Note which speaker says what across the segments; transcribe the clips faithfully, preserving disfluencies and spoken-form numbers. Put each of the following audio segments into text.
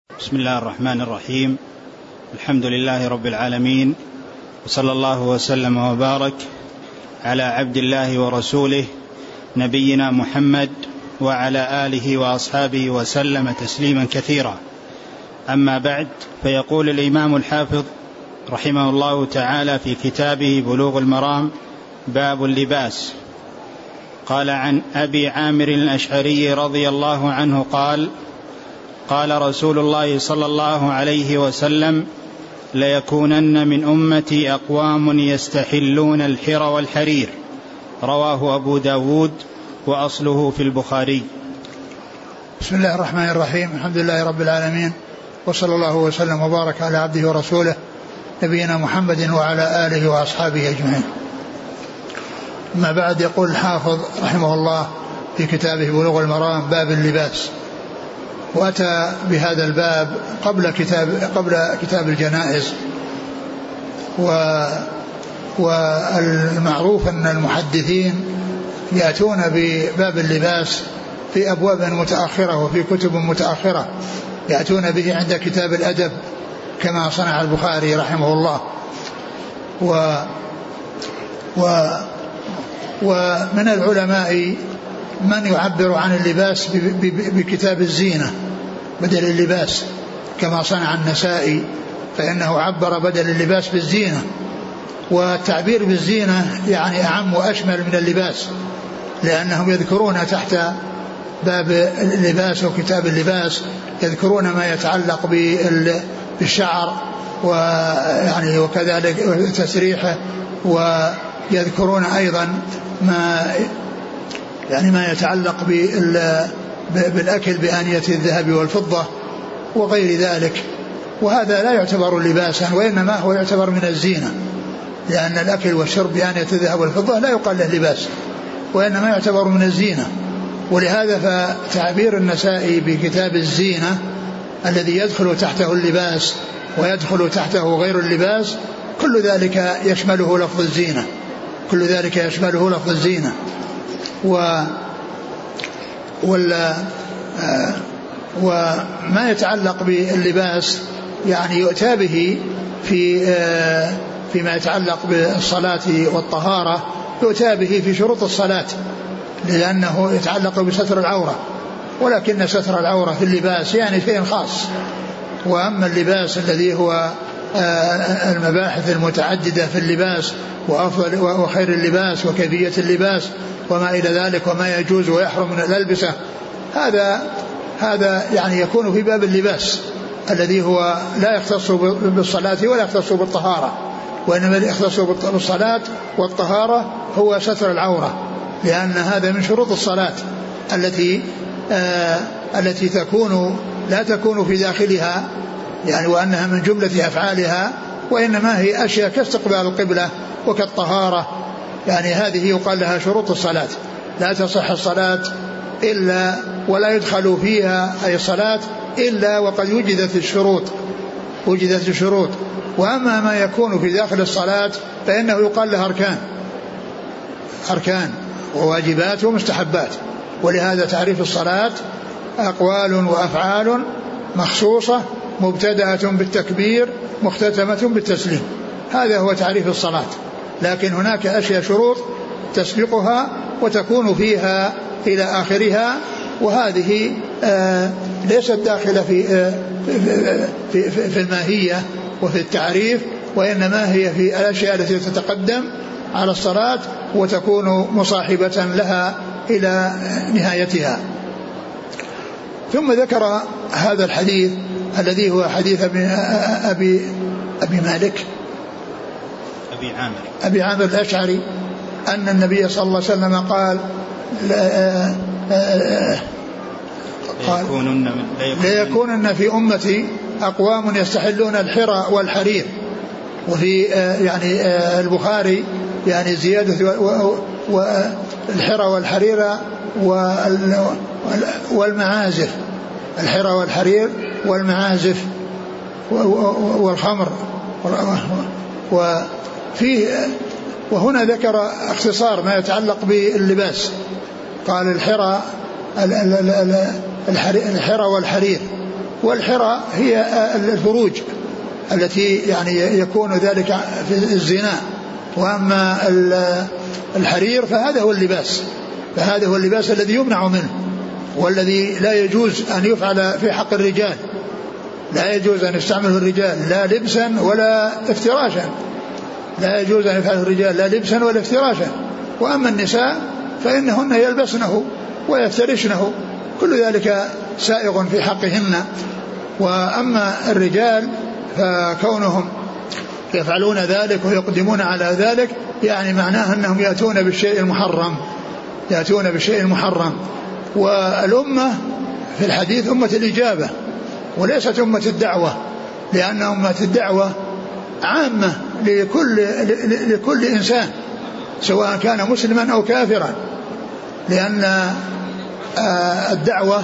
Speaker 1: بسم الله الرحمن الرحيم. الحمد لله رب العالمين، وصلى الله وسلم وبارك على عبد الله ورسوله نبينا محمد وعلى آله وأصحابه وسلم تسليما كثيرا. أما بعد، فيقول الإمام الحافظ رحمه الله تعالى في كتابه بلوغ المرام باب اللباس، قال عن أبي عامر الأشعري رضي الله عنه قال: قال رسول الله صلى الله عليه وسلم: ليكونن من أمتي أقوام يستحلون الحر والحرير. رواه أبو داود وأصله في البخاري.
Speaker 2: بسم الله الرحمن الرحيم. الحمد لله رب العالمين، وصلى الله وسلم وبارك على عبده ورسوله نبينا محمد وعلى آله وأصحابه أجمعين. أما بعد، يقول الحافظ رحمه الله في كتابه بلوغ المرام باب اللباس، وأتى بهذا الباب قبل كتاب قبل كتاب الجنائز. والمعروف أن المحدثين يأتون بباب اللباس في أبواب متأخرة وفي كتب متأخرة، يأتون به عند كتاب الأدب كما صنع البخاري رحمه الله. و و ومن العلماء من يعبر عن اللباس بكتاب الزينة بدل اللباس، كما صنع النسائي، فإنه عبر بدل اللباس بالزينة. والتعبير بالزينة يعني أعم وأشمل من اللباس، لأنهم يذكرون تحت باب اللباس وكتاب اللباس يذكرون ما يتعلق بالشعر ويعني وكذلك تسريحه، ويذكرون أيضا ما يعني ما يتعلق بالأكل بآنية الذهب والفضة وغير ذلك. وهذا لا يعتبر لباسا، وإنما هو يعتبر من الزينة، لأن الأكل والشرب بآنية الذهب والفضة لا يقال له لباس، وإنما يعتبر من الزينة. ولهذا فتعبير النسائي بكتاب الزينة الذي يدخل تحته اللباس ويدخل تحته غير اللباس، كل ذلك يشمله لفظ الزينة، كل ذلك يشمله لفظ الزينة. و ولا آه وما يتعلق باللباس يعني يؤتى به في آه فيما يتعلق بالصلاة والطهارة، يؤتى به في شروط الصلاة، لأنه يتعلق بستر العورة، ولكن ستر العورة في اللباس يعني شيء خاص. وأما اللباس الذي هو آه المباحث المتعددة في اللباس وأفضل وخير اللباس وكيفية اللباس وما إلى ذلك وما يجوز ويحرم من الألبسة، هذا هذا يعني يكون في باب اللباس الذي هو لا يختص بالصلاة ولا يختص بالطهارة، وإنما يختص بالصلاة والطهارة هو ستر العورة، لأن هذا من شروط الصلاة التي آه التي تكون لا تكون في داخلها يعني وأنها من جملة أفعالها، وإنما هي أشياء كاستقبال القبلة وكالطهارة، يعني هذه يقال لها شروط الصلاة. لا تصح الصلاة إلا ولا يدخل فيها أي صلاة إلا وقد وجدت الشروط وجدت الشروط. وأما ما يكون في داخل الصلاة فإنه يقال لها أركان أركان وواجبات ومستحبات. ولهذا تعريف الصلاة أقوال وأفعال مخصوصة مبتدأة بالتكبير مختتمة بالتسليم، هذا هو تعريف الصلاة. لكن هناك أشياء شروط تسبقها وتكون فيها إلى آخرها، وهذه آه ليست داخلة في, آه في, في, في الماهية وفي التعريف، وإنما هي في الأشياء التي تتقدم على الصلاة وتكون مصاحبة لها إلى نهايتها. ثم ذكر هذا الحديث الذي هو حديث أبي, أبي, أبي مالك
Speaker 1: أبي عامر
Speaker 2: أبي عامر الأشعري أن النبي صلى الله عليه وسلم قال لا
Speaker 1: ليكونن,
Speaker 2: ليكونن في أمتي أقوام يستحلون الحر والحرير. وفي يعني البخاري يعني زيادة والحر والحرير والمعازف، الحر والحرير والمعازف والخمر. وفيه وهنا ذكر اختصار ما يتعلق باللباس، قال الحرى الحرى والحرير، والحرى هي الفروج التي يعني يكون ذلك في الزنا. وأما الحرير فهذا هو اللباس، فهذا هو اللباس الذي يمنع منه، والذي لا يجوز أن يفعل في حق الرجال، لا يجوز أن يستعمله الرجال لا لبسا ولا افتراشا، لا يجوز أن يفعله الرجال لا لبسا ولا افتراشا. وأما النساء فإنهن يلبسنه ويفترشنه، كل ذلك سائغ في حقهن. وأما الرجال فكونهم يفعلون ذلك ويقدمون على ذلك يعني معناه أنهم يأتون بالشيء المحرم، يأتون بالشيء المحرم. والأمة في الحديث أمة الإجابة وليست أمة الدعوة، لأن أمة الدعوة عامة لكل, لكل إنسان سواء كان مسلما أو كافرا، لأن الدعوة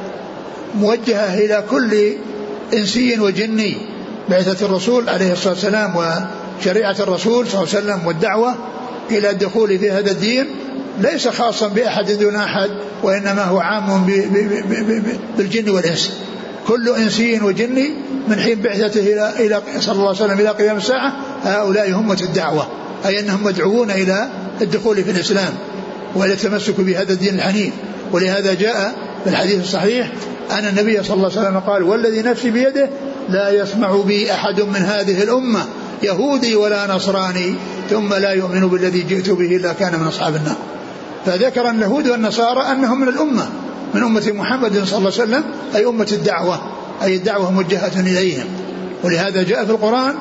Speaker 2: موجهة إلى كل إنسي وجني. بعثة الرسول عليه الصلاة والسلام وشريعة الرسول صلى الله عليه وسلم والدعوة إلى الدخول في هذا الدين ليس خاصا بأحد دون أحد، وإنما هو عام بالجن والإنس. كل إنسي وجني من حين بعثته إلى صلى الله عليه وسلم إلى قيام الساعة هؤلاء همة الدعوة، أي أنهم مدعوون إلى الدخول في الإسلام وإلى التمسك بهذا الدين الحنيف. ولهذا جاء في الحديث الصحيح أن النبي صلى الله عليه وسلم قال: والذي نفسي بيده لا يسمع بي أحد من هذه الأمة يهودي ولا نصراني ثم لا يؤمن بالذي جئت به إلا كان من أصحاب النار. فذكر اليهود والنصارى أنهم من الأمة، من أمة محمد صلى الله عليه وسلم، أي أمة الدعوة، أي الدعوة موجهة إليهم. ولهذا جاء في القرآن: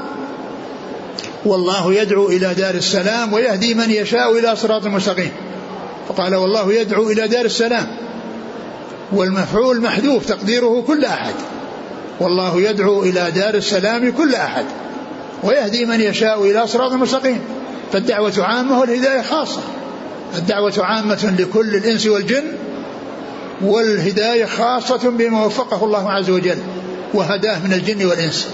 Speaker 2: والله يدعو إلى دار السلام ويهدي من يشاء إلى صراط مستقيم. فقال: والله يدعو إلى دار السلام، والمفعول محذوف تقديره كل أحد، والله يدعو إلى دار السلام كل أحد، ويهدي من يشاء إلى صراط مستقيم. فالدعوة عامة والهداية خاصة. الدعوة عامة لكل الإنس والجن، والهداية خاصة بما وفقه الله عز وجل وهداه من الجن والإنس.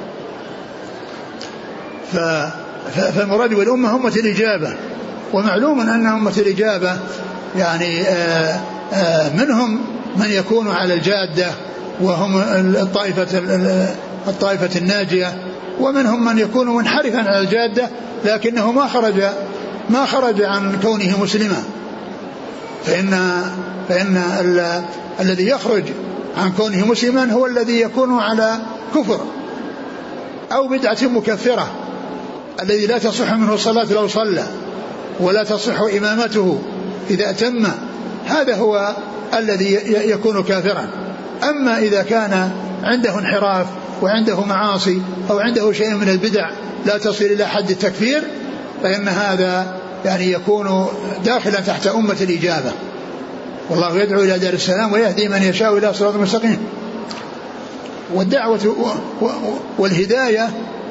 Speaker 2: فالمراد بالأمة همة الإجابة. ومعلوم أن همة الإجابة يعني آآ آآ منهم من يكون على الجادة وهم الطائفة, الطائفة الناجية، ومنهم من يكون منحرفا على الجادة لكنه ما خرج ما خرج عن كونه مسلما. فإن, فإن ال... الذي يخرج عن كونه مسلما هو الذي يكون على كفر أو بدعة مكفرة، الذي لا تصح منه الصلاة لو صلى، ولا تصح إمامته إذا أتم، هذا هو الذي يكون كافرا. أما إذا كان عنده انحراف وعنده معاصي أو عنده شيء من البدع لا تصل إلى حد التكفير، فإن هذا يعني يكون داخلا تحت أمة الإجابة. والله يدعو إلى دار السلام ويهدي من يشاء إلى صراط مستقيم. والدعوة والهداية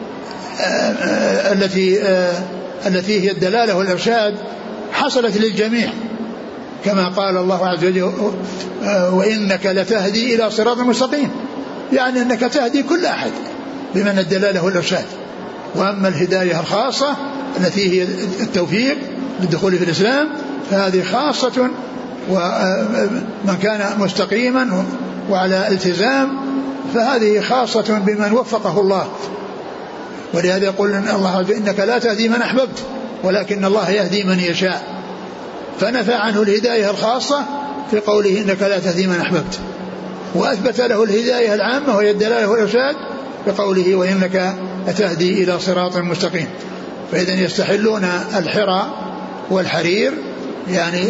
Speaker 2: التي التي هي الدلالة والإرشاد حصلت للجميع، كما قال الله عز وجل: وإنك لتهدي إلى صراط مستقيم، يعني أنك تهدي كل أحد بمعنى الدلالة والإرشاد. وأما الهداية الخاصة التي هي التوفيق للدخول في الإسلام فهذه خاصة، ومن كان مستقيما وعلى التزام فهذه خاصة بمن وفقه الله. ولهذا يقول الله عز وجل: إنك لا تهدي من أحببت ولكن الله يهدي من يشاء. فنفى عنه الهداية الخاصة في قوله: إنك لا تهدي من أحببت، وأثبت له الهداية العامة وهي الدلالة والإرشاد بقوله: وإنك لتهدي إلى صراط مستقيم. فإذا يستحلون الحرى والحرير، يعني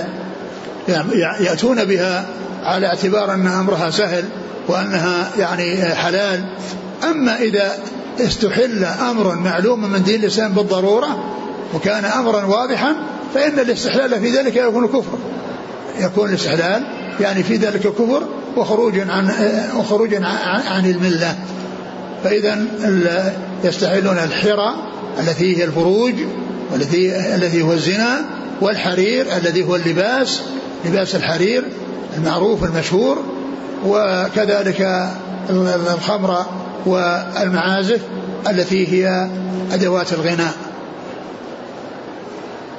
Speaker 2: يأتون بها على اعتبار أن أمرها سهل وأنها يعني حلال. أما إذا استحل أمر معلوم من دين الإسلام بالضرورة وكان أمرا واضحا فإن الاستحلال في ذلك يكون كفر، يكون الاستحلال يعني في ذلك كفر وخروج عن وخروج عن الملة. فإذا يستحلون الحرى التي هي الفروج والتي الذي هو الزنا، والحرير الذي هو اللباس، لباس الحرير المعروف المشهور، وكذلك الخمر والمعازف التي هي أدوات الغناء.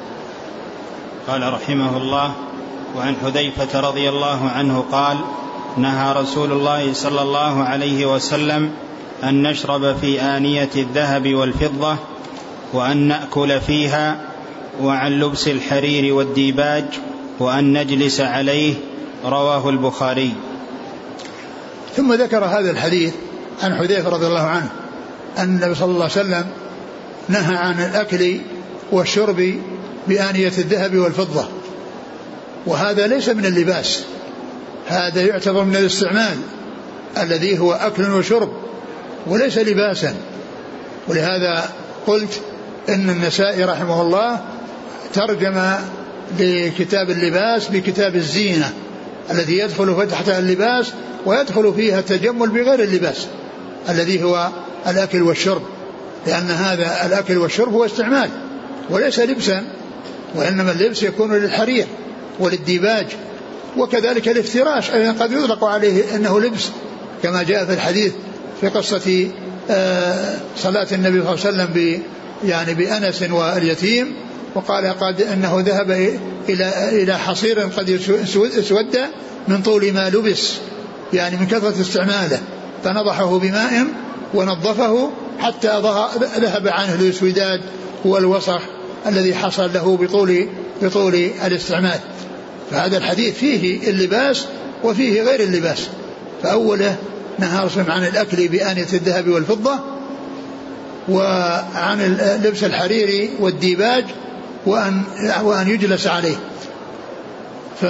Speaker 1: قال رحمه الله: وعن حذيفة رضي الله عنه قال: نهى رسول الله صلى الله عليه وسلم أن نشرب في آنية الذهب والفضة وأن نأكل فيها وعن لبس الحرير والديباج وأن نجلس عليه. رواه البخاري.
Speaker 2: ثم ذكر هذا الحديث عن حذيفة رضي الله عنه أن النبي صلى الله عليه وسلم نهى عن الأكل والشرب بآنية الذهب والفضة، وهذا ليس من اللباس، هذا يعتبر من الاستعمال الذي هو أكل وشرب وليس لباسا. ولهذا قلت إن النسائي رحمه الله ترجم لكتاب اللباس بكتاب الزينة الذي يدخل تحت اللباس ويدخل فيها التجمل بغير اللباس الذي هو الأكل والشرب، لأن هذا الأكل والشرب هو استعمال وليس لبسا، وإنما اللبس يكون للحرير وللديباج، وكذلك الافتراش أيضا قد يطلق عليه أنه لبس، كما جاء في الحديث في قصة صلاة النبي صلى الله عليه وسلم ب يعني بأنس واليتيم، وقال قد أنه ذهب إلى إلى حصير قد اسود من طول ما لبس، يعني من كثرة استعماله، فنضحه بماء ونظفه حتى ذهب عنه الاسوداد والوسخ الذي حصل له بطول بطول الاستعمال. فهذا الحديث فيه اللباس وفيه غير اللباس. فأوله نهى رسول عن الأكل بآنية الذهب والفضة، وعن لبس الحرير والديباج، وأن, وأن يجلس عليه. ف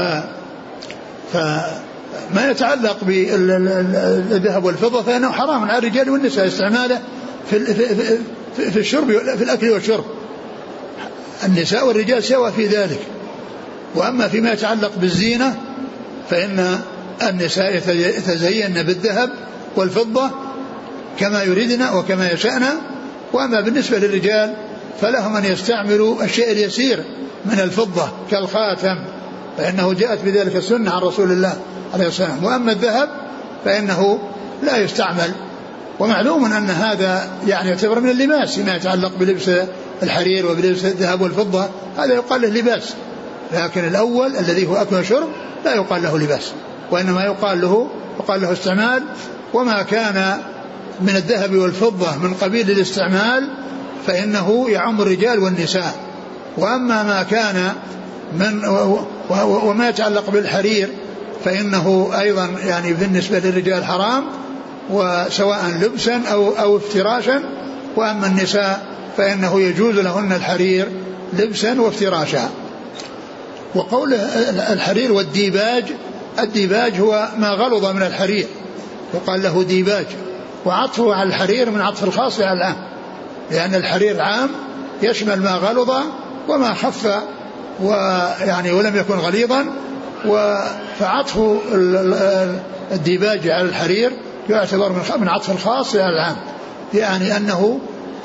Speaker 2: فما يتعلق بالذهب والفضة فإنه حرام على الرجال والنساء استعماله في, في, في, في الشرب في الأكل والشرب، النساء والرجال سوا في ذلك. وأما فيما يتعلق بالزينة فإن النساء يتزين بالذهب والفضة كما يريدنا وكما يشأنا، وأما بالنسبة للرجال فلهم أن يستعملوا الشيء اليسير من الفضة كالخاتم، فإنه جاءت بذلك السنة عن رسول الله عليه الصلاة والسلام. وأما الذهب فإنه لا يستعمل، ومعلوم أن هذا يعني يعتبر من اللباس فيما يتعلق بلبس الحرير وبلبس الذهب والفضة، هذا يقال له لباس، لكن الأول الذي هو أكل وشرب لا يقال له لباس، وإنما يقال له يقال له استعمال. وما كان من الذهب والفضة من قبيل الاستعمال فإنه يعم الرجال والنساء. وأما ما كان من وما يتعلق بالحرير فإنه أيضا يعني بالنسبة للرجال حرام، وسواء لبسا أو, أو افتراشا. وأما النساء فإنه يجوز لهن الحرير لبسا وافتراشا. وقول الحرير والديباج، الديباج هو ما غلظ من الحرير وقال له ديباج، وعطفه على الحرير من عطف الخاص على العام، لأن الحرير عام يشمل ما غلظ وما خف ويعني ولم يكن غليظا، فعطف الديباج على الحرير يعتبر من عطف الخاص على العام، يعني أنه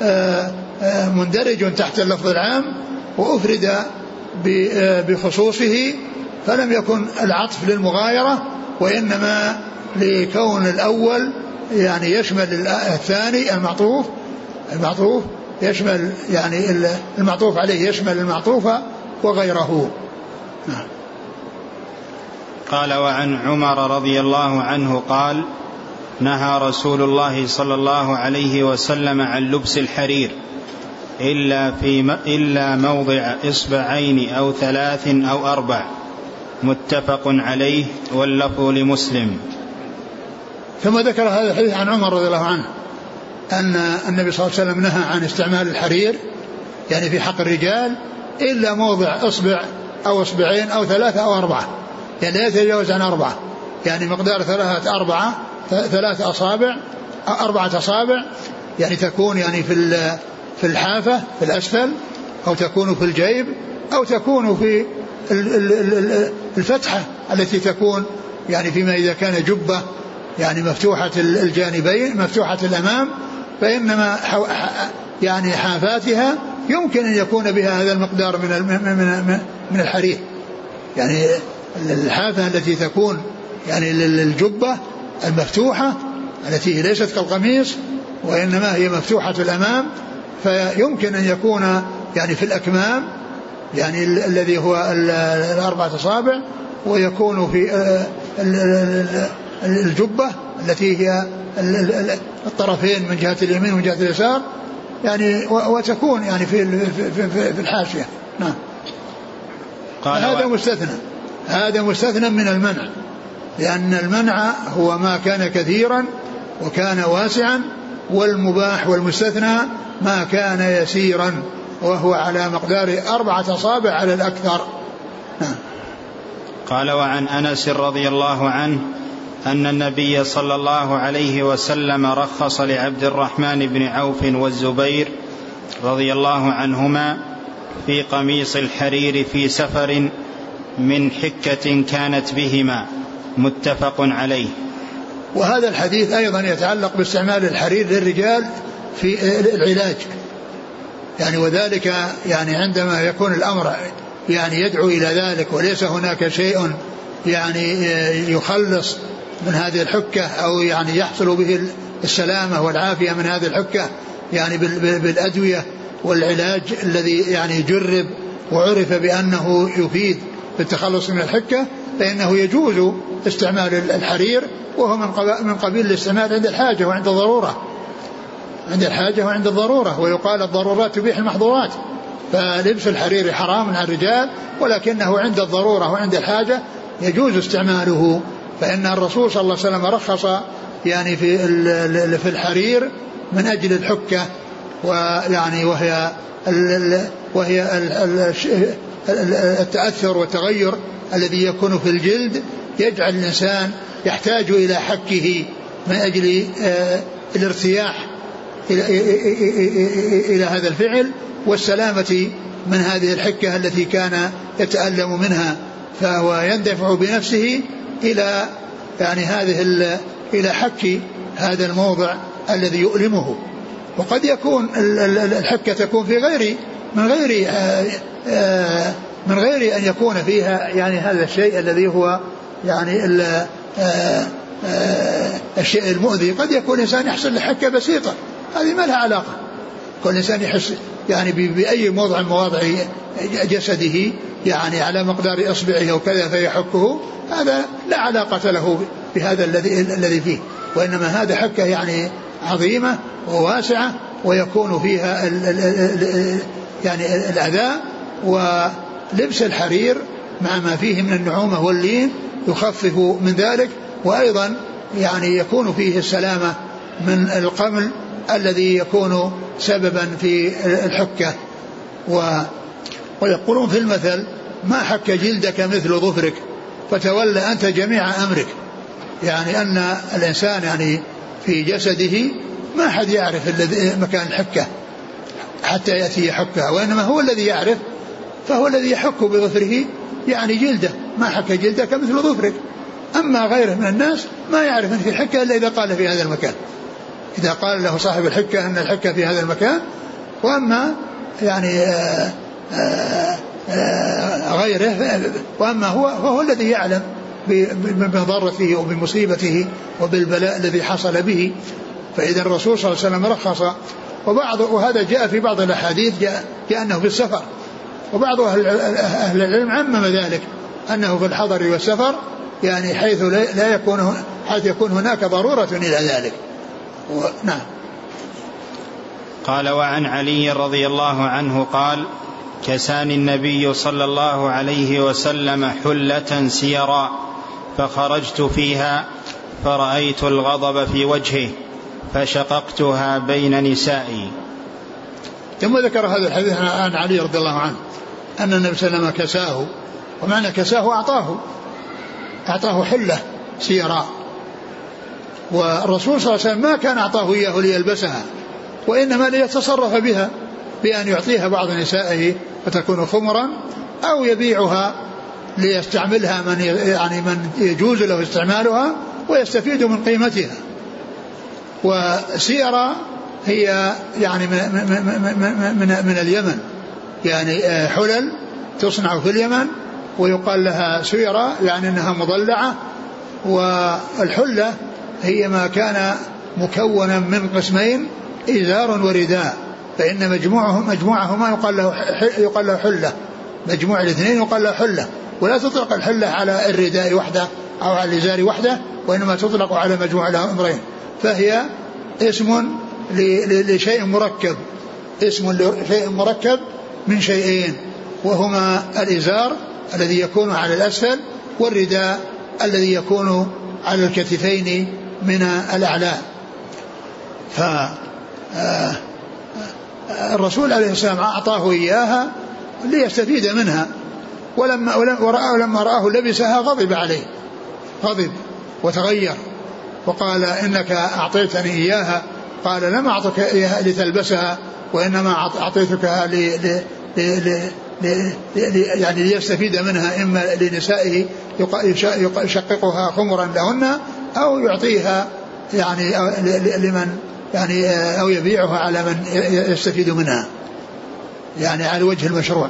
Speaker 2: مندرج تحت اللفظ العام وأفرد بخصوصه، فلم يكن العطف للمغايرة وإنما لكون الأول يعني يشمل الثاني المعطوف المعطوف يشمل يعني المعطوف عليه يشمل المعطوف وغيره.
Speaker 1: قال وعن عمر رضي الله عنه قال نهى رسول الله صلى الله عليه وسلم عن لبس الحرير إلا, في إلا موضع إصبعين أو ثلاث أو أربع، متفق عليه واللفظ لمسلم.
Speaker 2: ثم ذكر هذا الحديث عن عمر رضي الله عنه أن النبي صلى الله عليه وسلم نهى عن استعمال الحرير يعني في حق الرجال إلا موضع إصبع أو إصبعين أو ثلاثة أو أربعة، يعني لا يتجاوز عن أربعة، يعني مقدار ثلاثة أربعة ثلاثة أصابع أربعة أصابع، يعني تكون يعني في في الحافة في الأسفل، أو تكون في الجيب، أو تكون في الفتحة التي تكون يعني فيما إذا كان جبة يعني مفتوحة الجانبين مفتوحة الأمام، فإنما يعني حافاتها يمكن أن يكون بها هذا المقدار من من من الحرير، يعني الحافة التي تكون يعني للجبة المفتوحة التي ليست كالقميص وإنما هي مفتوحة الأمام، فيمكن أن يكون يعني في الأكمام يعني الذي هو الأربعة أصابع، ويكون في الجبة التي هي الطرفين من جهة اليمين ومن جهة اليسار يعني وتكون يعني في في الحاشية. نعم. هذا مستثنى هذا مستثنى من المنع، لأن المنع هو ما كان كثيرا وكان واسعا، والمباح والمستثنى ما كان يسيرا وهو على مقدار أربعة أصابع على الأكثر. نعم.
Speaker 1: قال وعن أنس رضي الله عنه أن النبي صلى الله عليه وسلم رخص لعبد الرحمن بن عوف والزبير رضي الله عنهما في قميص الحرير في سفر من حكة كانت بهما، متفق عليه.
Speaker 2: وهذا الحديث أيضا يتعلق باستعمال الحرير للرجال في العلاج يعني، وذلك يعني عندما يكون الأمر يعني يدعو إلى ذلك وليس هناك شيء يعني يخلص من هذه الحكة أو يعني يحصل به السلامة والعافية من هذه الحكة يعني بالأدوية والعلاج الذي يعني جرب وعرف بأنه يفيد في التخلص من الحكة، فإنه يجوز استعمال الحرير، وهو من قبيل الاستعمال عند الحاجة وعند الضرورة عند الحاجة وعند الضرورة ويقال الضرورات تبيح المحظورات، فلبس الحرير حرام على الرجال، ولكنه عند الضرورة وعند الحاجة يجوز استعماله. فإن الرسول صلى الله عليه وسلم رخص يعني في في الحرير من أجل الحكة، ويعني وهي وهي التأثر والتغير الذي يكون في الجلد يجعل الإنسان يحتاج إلى حكه من أجل الارتياح إلى هذا الفعل والسلامة من هذه الحكة التي كان يتألم منها، فهو يندفع بنفسه إلى يعني هذه إلى حك هذا الموضع الذي يؤلمه. وقد يكون الحكة تكون في غير من غير من غير أن يكون فيها يعني هذا الشيء الذي هو يعني الشيء المؤذي. قد يكون الإنسان يحصل لحكة بسيطة، هذه ما لها علاقة، كل إنسان يحس يعني بأي موضع من مواضع جسده يعني على مقدار إصبعه أو كذا فيحكه، هذا لا علاقة له بهذا الذي الذي فيه، وإنما هذا حكة يعني عظيمة وواسعة ويكون فيها ال ال ال يعني الأذى. ولبس الحرير مع ما فيه من النعومة واللين يخفف من ذلك، وأيضا يعني يكون فيه السلامة من القمل الذي يكون سببا في الحكة. ويقولون في المثل ما حك جلدك مثل ظفرك فتولى أنت جميع أمرك، يعني أن الإنسان يعني في جسده ما حد يعرف مكان الحكة حتى يأتي يحكها، وإنما هو الذي يعرف، فهو الذي يحك بظفره يعني جلده، ما حك جلدك مثل ظفرك. أما غيره من الناس ما يعرف أن في حكة إلا إذا قال في هذا المكان، إذا قال له صاحب الحكة أن الحكة في هذا المكان. وأما يعني آآ آآ غيره وأما هو فهو الذي يعلم بمضرته وبمصيبته وبالبلاء الذي حصل به. فإذا الرسول صلى الله عليه وسلم رخص، وبعض وهذا جاء في بعض الأحاديث جاء, جاء أنه في السفر، وبعض أهل العلم عمم ذلك أنه في الحضر والسفر يعني حيث لا يكون حيث يكون هناك ضرورة إلى ذلك. نعم.
Speaker 1: قال وعن علي رضي الله عنه قال كساني النبي صلى الله عليه وسلم حلة سيرا فخرجت فيها فرأيت الغضب في وجهه فشققتها بين نسائي.
Speaker 2: ثم ذكر هذا الحديث عن علي رضي الله عنه أن النبي صلى الله عليه وسلم كساه، ومعنى كساه أعطاه أعطاه حلة سيرا، والرسول صلى الله عليه وسلم ما كان أعطاه إياه ليلبسها، وإنما ليتصرف بها بأن يعطيها بعض نسائه فتكون خمرا أو يبيعها ليستعملها من يعني من يجوز له استعمالها ويستفيد من قيمتها. وسيرة هي يعني من, من, من, من اليمن، يعني حلل تصنع في اليمن ويقال لها سيرة يعني أنها مضلعة. والحلة هي ما كان مكونا من قسمين إزار ورداء، فإن مجموعهم مجموعهما يقال له يقال له حلة، مجموع الاثنين يقال له حلة. ولا تطلق الحلة على الرداء وحده أو على الإزار وحده، وإنما تطلق على مجموع الأمرين. فهي اسم لشيء مركب، اسم لشيء مركب من شيئين، وهما الإزار الذي يكون على الأسفل، والرداء الذي يكون على الكتفين من الأعلى. فالرسول عليه السلام أعطاه إياها ليستفيد منها، ولما ولما رآه لبسها غضب عليه، غضب وتغير وقال إنك أعطيتني إياها. قال لم أعطك إياها لتلبسها، وإنما أعطيتكها ل ل يعني ليستفيد منها، إما لنسائه يشققها خمرا لهن، أو يعطيها يعني لمن يعني أو يبيعها على من يستفيد منها، يعني على وجه المشروع.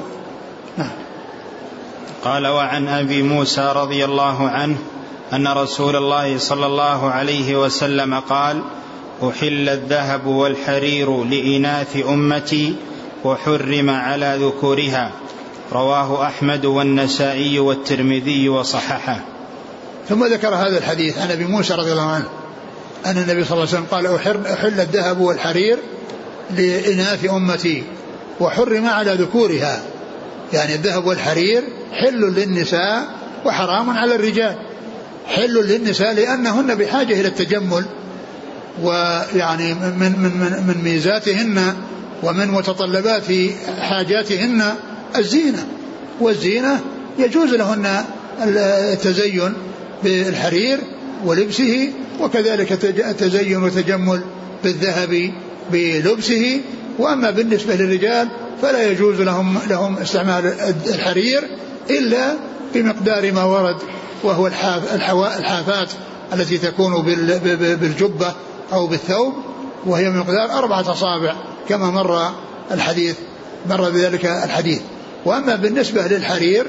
Speaker 1: قال: وعن أبي موسى رضي الله عنه أن رسول الله صلى الله عليه وسلم قال: أحل الذهب والحرير لإناث أمتي وحرم على ذكورها. رواه أحمد والنسائي والترمذي وصححه.
Speaker 2: ثم ذكر هذا الحديث عن أبي موسى رضي الله عنه أن النبي صلى الله عليه وسلم قال: أحل الذهب والحرير لإناث أمتي وحرم على ذكورها. يعني الذهب والحرير حل للنساء وحرام على الرجال. حل للنساء لأنهن بحاجة إلى التجمل، ويعني من, من, من, من ميزاتهن ومن متطلبات حاجاتهن الزينة، والزينة يجوز لهن التزين بالحرير ولبسه، وكذلك التزين وتجمل بالذهب بلبسه. وأما بالنسبة للرجال فلا يجوز لهم, لهم استعمال الحرير إلا بمقدار ما ورد، وهو الحافات التي تكون بالجبة أو بالثوب، وهي من مقدار أربعة أصابع كما مر الحديث مر بذلك الحديث. وأما بالنسبة للحرير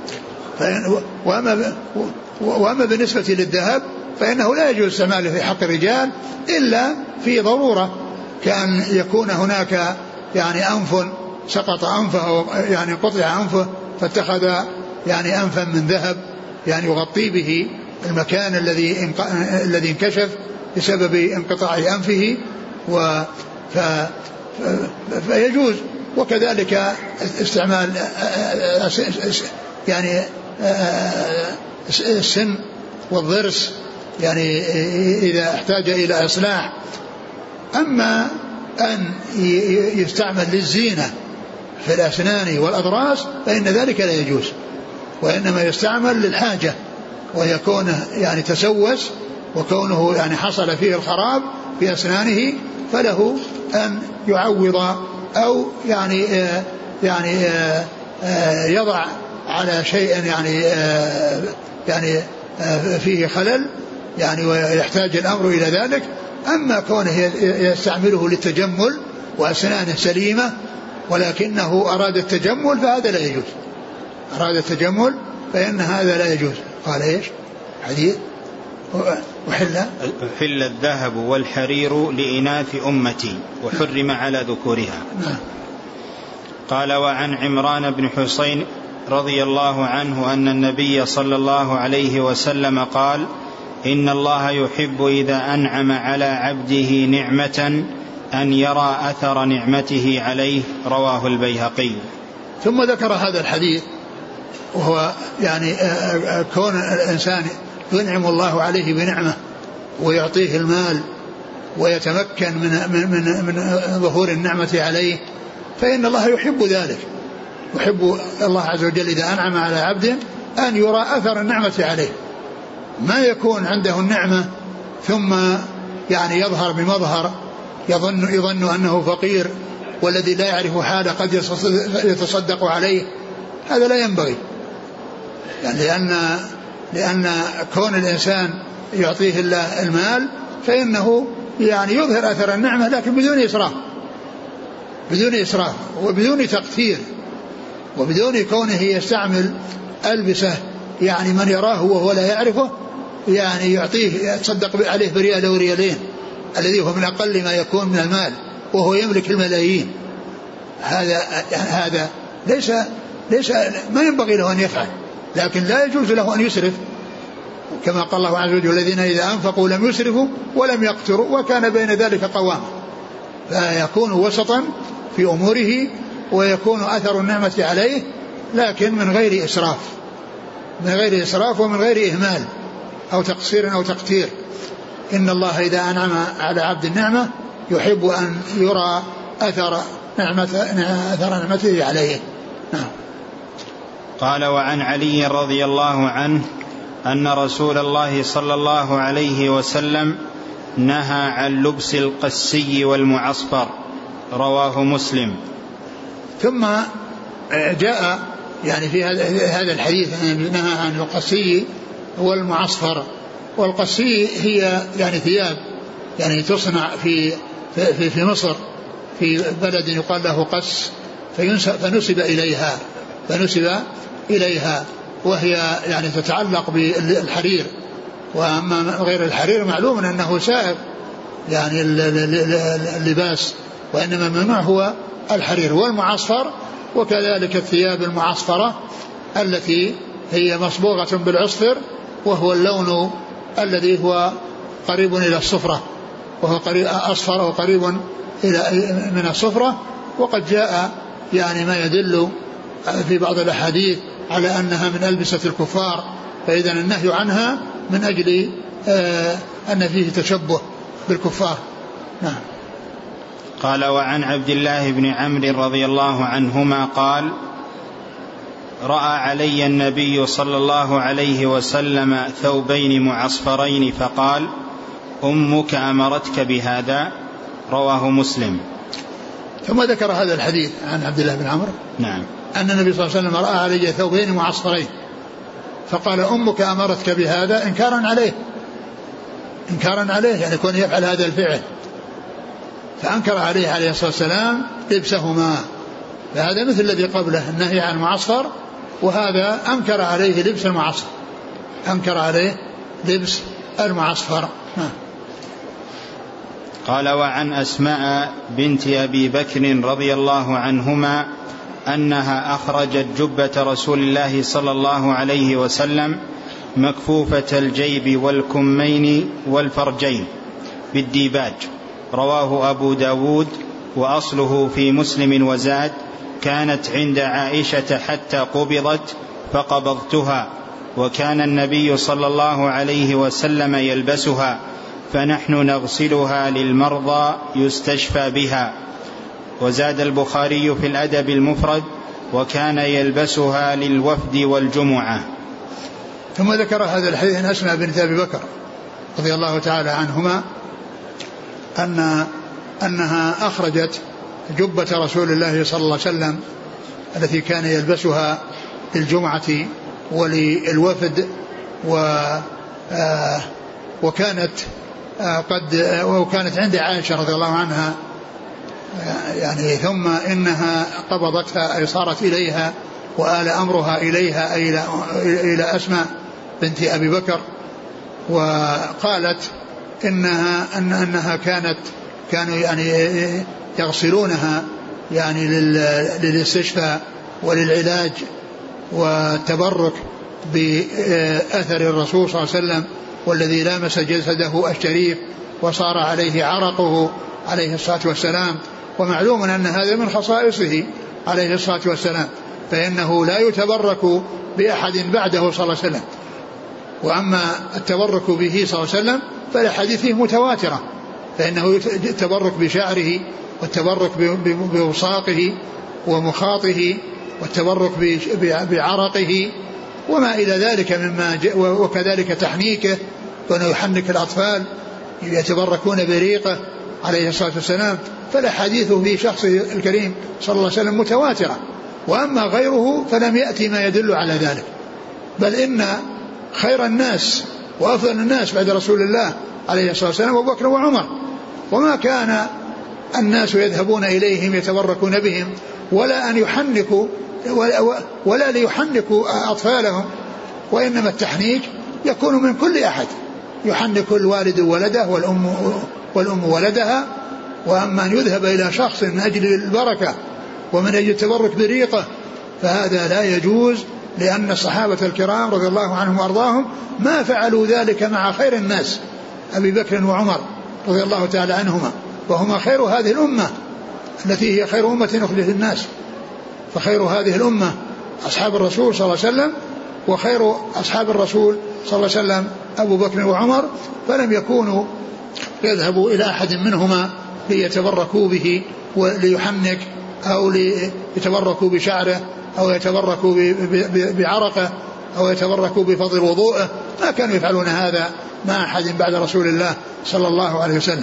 Speaker 2: وأما, وأما بالنسبة للذهب فإنه لا يجوز استعماله في حق الرجال إلا في ضرورة، كأن يكون هناك يعني أنف سقط أنفه، يعني قطع أنفه فاتخذ يعني أنفا من ذهب يعني يغطي به المكان الذي الذي انكشف بسبب انقطاع أنفه، و فيجوز. وكذلك استعمال يعني السن والضرس يعني إذا احتاج إلى إصلاح. أما أن يستعمل للزينة في الأسنان والأضراس فإن ذلك لا يجوز، وإنما يستعمل للحاجة، ويكون يعني تسوس وكونه يعني حصل فيه الخراب في أسنانه، فله أن يعوض أو يعني آه يعني آه آه يضع على شيء يعني آه يعني آه فيه خلل يعني ويحتاج الأمر إلى ذلك. أما كونه يستعمله للتجمل وأسنانه سليمة ولكنه أراد التجمل فهذا لا يجوز، أراد التجمل فإن هذا لا يجوز. قال إيش حديث وحل
Speaker 1: أحل الذهب والحرير لإناث أمتي وحرم على ذكورها. قال: وعن عمران بن حسين رضي الله عنه أن النبي صلى الله عليه وسلم قال: إن الله يحب إذا أنعم على عبده نعمة أن يرى أثر نعمته عليه. رواه البيهقي.
Speaker 2: ثم ذكر هذا الحديث، وهو يعني كون الإنسان ينعم الله عليه بنعمة ويعطيه المال ويتمكن من, من, من, من ظهور النعمة عليه، فإن الله يحب ذلك. يحب الله عز وجل إذا أنعم على عبد أن يرى أثر النعمة عليه، ما يكون عنده النعمة ثم يعني يظهر بمظهر يظن, يظن أنه فقير، والذي لا يعرف حاله قد يتصدق عليه. هذا لا ينبغي، يعني لأن, لأن كون الإنسان يعطيه الله المال فإنه يعني يظهر أثر النعمة، لكن بدون إسراف، بدون إسراف وبدون تقتير، وبدون كونه يستعمل ألبسه يعني من يراه وهو لا يعرفه، يعني يعطيه يتصدق عليه بريال أو ريالين الذي هو من أقل ما يكون من المال وهو يملك الملايين. هذا هذا ليس ليس ما ينبغي له أن يفعل، لكن لا يجوز له أن يسرف كما قال الله عز وجل الذين إذا أنفقوا لم يسرفوا ولم يقتروا وكان بين ذلك قواما. فيكون وسطا في أموره ويكون أثر النعمة عليه لكن من غير إسراف من غير إسراف ومن غير إهمال أو تقصير أو تقتير. إن الله إذا أنعم على عبد النعمة يحب أن يرى أثر نعمة أثر نعمته عليه. نعم.
Speaker 1: قال وعن علي رضي الله عنه أن رسول الله صلى الله عليه وسلم نهى عن لبس القسي والمعصفر رواه مسلم.
Speaker 2: ثم جاء يعني في هذا الحديث نهى عن القسي والمعصفر. والقسي هي يعني ثياب يعني تصنع في في في مصر في بلد يقال له قس فنسب إليها فنسب إليها وهي يعني تتعلق بالحرير. وأما غير الحرير معلوم أنه سائر يعني اللباس وإنما ممنوع هو الحرير والمعصفر. وكذلك الثياب المعصفرة التي هي مصبوغة بالعصفر وهو اللون الذي هو قريب إلى الصفرة وهو قريب أصفر وقريب إلى من الصفرة. وقد جاء يعني ما يدل في بعض الأحاديث على أنها من ألبسة الكفار فإذا النهي عنها من أجل آه أن فيه تشبه بالكفار. نعم.
Speaker 1: قال وعن عبد الله بن عمرو رضي الله عنهما قال رأى علي النبي صلى الله عليه وسلم ثوبين معصفرين فقال أمك أمرتك بهذا رواه مسلم.
Speaker 2: ثم ذكر هذا الحديث عن عبد الله بن عمرو
Speaker 1: نعم
Speaker 2: أن النبي صلى الله عليه وسلم رأى علي ثوبين معصفرين فقال أمك أمرتك بهذا إنكارا عليه إنكارا عليه يعني كون يفعل هذا الفعل فأنكر عليه عليه الصلاة والسلام لبسهما. فهذا مثل الذي قبله النهي عن المعصفر وهذا أنكر عليه لبس المعصفر أنكر عليه لبس المعصفر.
Speaker 1: قال وعن أسماء بنت أبي بكر رضي الله عنهما أنها أخرجت جبة رسول الله صلى الله عليه وسلم مكفوفة الجيب والكمين والفرجين بالديباج رواه أبو داود وأصله في مسلم وزاد كانت عند عائشة حتى قبضت فقبضتها وكان النبي صلى الله عليه وسلم يلبسها فنحن نغسلها للمرضى يستشفى بها. وزاد البخاري في الأدب المفرد وكان يلبسها للوفد والجمعة.
Speaker 2: ثم ذكر هذا الحديث عن أسماء بنت أبي بكر رضي الله تعالى عنهما أن أنها أخرجت جبة رسول الله صلى الله عليه وسلم التي كان يلبسها للجمعة وللوفد و آه وكانت آه قد وكانت عند عائشة رضي الله عنها يعني ثم إنها قبضتها أي صارت إليها وآل أمرها إليها أي إلى, إلى أسماء بنت أبي بكر. وقالت إنها أن أنها كانت كانوا يعني يغسلونها يعني للاستشفاء وللعلاج والتبرك بأثر الرسول صلى الله عليه وسلم والذي لامس جسده الشريف وصار عليه عرقه عليه الصلاة والسلام. ومعلوم أن هذا من خصائصه عليه الصلاة والسلام فإنه لا يتبرك بأحد بعده صلى الله عليه وسلم. وأما التبرك به صلى الله عليه وسلم فالحديث متواترة فإنه التبرك بشعره والتبرك بوساقه ومخاطه والتبرك بعرقه وما إلى ذلك مما وكذلك تحنيكه وأنه يحنك الأطفال يتبركون بريقه عليه الصلاة والسلام. فالحديث في شخصه الكريم صلى الله عليه وسلم متواترة. وأما غيره فلم يأتي ما يدل على ذلك بل إن خير الناس وأفضل الناس بعد رسول الله عليه الصلاة والسلام أبو بكر وعمر وما كان الناس يذهبون إليهم يتبركون بهم ولا أن يحنكوا ولا ليحنكوا أطفالهم وإنما التحنيك يكون من كل أحد يحنك الوالد ولده والأم, والأم ولدها. وأما أن يذهب إلى شخص من أجل البركة ومن أجل التبرك بريقه فهذا لا يجوز لأن الصحابة الكرام رضي الله عنهم وأرضاهم ما فعلوا ذلك مع خير الناس أبي بكر وعمر رضي الله تعالى عنهما، وهما خير هذه الأمة التي هي خير أمة أخرجت الناس. فخير هذه الأمة أصحاب الرسول صلى الله عليه وسلم، وخير أصحاب الرسول صلى الله عليه وسلم أبو بكر وعمر، فلم يكونوا يذهبوا إلى أحد منهما ليتبركوا به وليحنك أو ليتبركوا بشعره أو يتبركوا بعرقه أو يتبركوا بفضل وضوءه. ما كانوا يفعلون هذا مع أحد بعد رسول الله صلى الله عليه وسلم.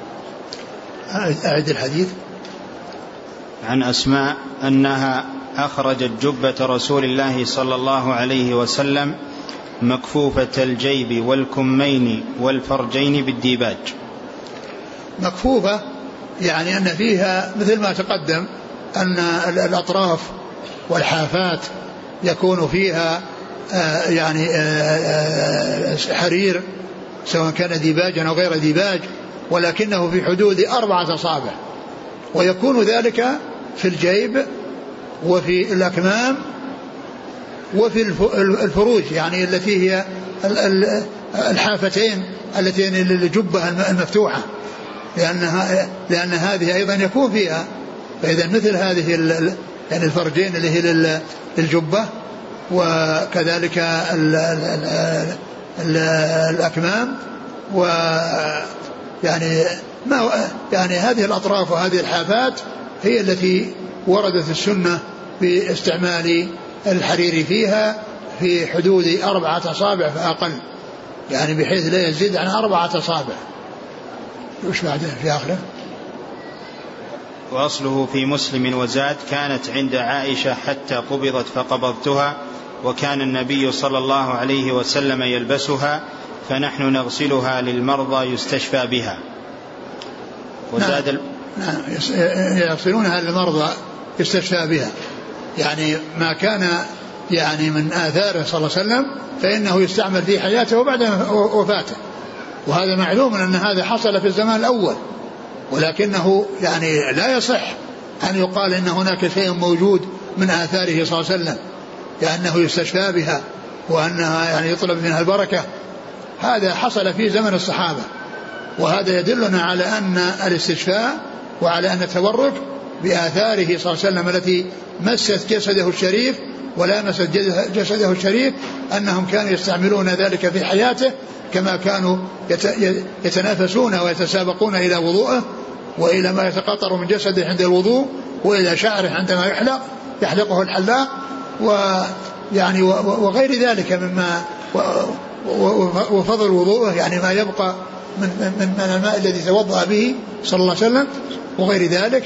Speaker 2: أعد الحديث.
Speaker 1: عن أسماء أنها أخرجت جبة رسول الله صلى الله عليه وسلم مكفوفة الجيب والكمين والفرجين بالديباج.
Speaker 2: مكفوفة يعني أن فيها مثل ما تقدم أن الأطراف والحافات يكون فيها آه يعني آه آه حرير سواء كان ديباجا أو غير ديباج، ولكنه في حدود أربعة أصابع، ويكون ذلك في الجيب وفي الأكمام وفي الفروج يعني التي هي الحافتين اللتين للجبة المفتوحة، لأنها لأن هذه أيضا يكون فيها. فإذا مثل هذه يعني الفرجين اللي هي للجبة، وكذلك ال ال ال الأكمام، ويعني ما يعني هذه الأطراف وهذه الحافات هي التي وردت السنة باستعمال الحرير فيها في حدود أربعة أصابع فأقل، يعني بحيث لا يزيد عن أربعة أصابع. وش بعده في آخره؟
Speaker 1: وأصله في مسلم وزاد كانت عند عائشة حتى قبضت فقبضتها، وكان النبي صلى الله عليه وسلم يلبسها فنحن نغسلها للمرضى يستشفى بها.
Speaker 2: وزاد نعم, نعم يغسلونها للمرضى يستشفى بها، يعني ما كان يعني من آثاره صلى الله عليه وسلم فإنه يستعمل في حياته وبعد وفاته، وهذا معلوم أن هذا حصل في الزمان الأول، ولكنه يعني لا يصح أن يقال إن هناك شيء موجود من آثاره صلى الله عليه وسلم لأنه يستشفى بها وأنها يعني يطلب منها البركة. هذا حصل في زمن الصحابة، وهذا يدلنا على أن الاستشفاء وعلى أن التبرك بآثاره صلى الله عليه وسلم التي مست جسده الشريف ولامست جسده الشريف أنهم كانوا يستعملون ذلك في حياته، كما كانوا يتنافسون ويتسابقون إلى وضوءه وإلى ما يتقاطر من جسده عند الوضوء وإلى شعره عندما يحلق يحلقه الحلاق ويعني وغير ذلك مما وفضل وضوءه يعني ما يبقى من, من, من الماء الذي توضأ به صلى الله عليه وسلم وغير ذلك،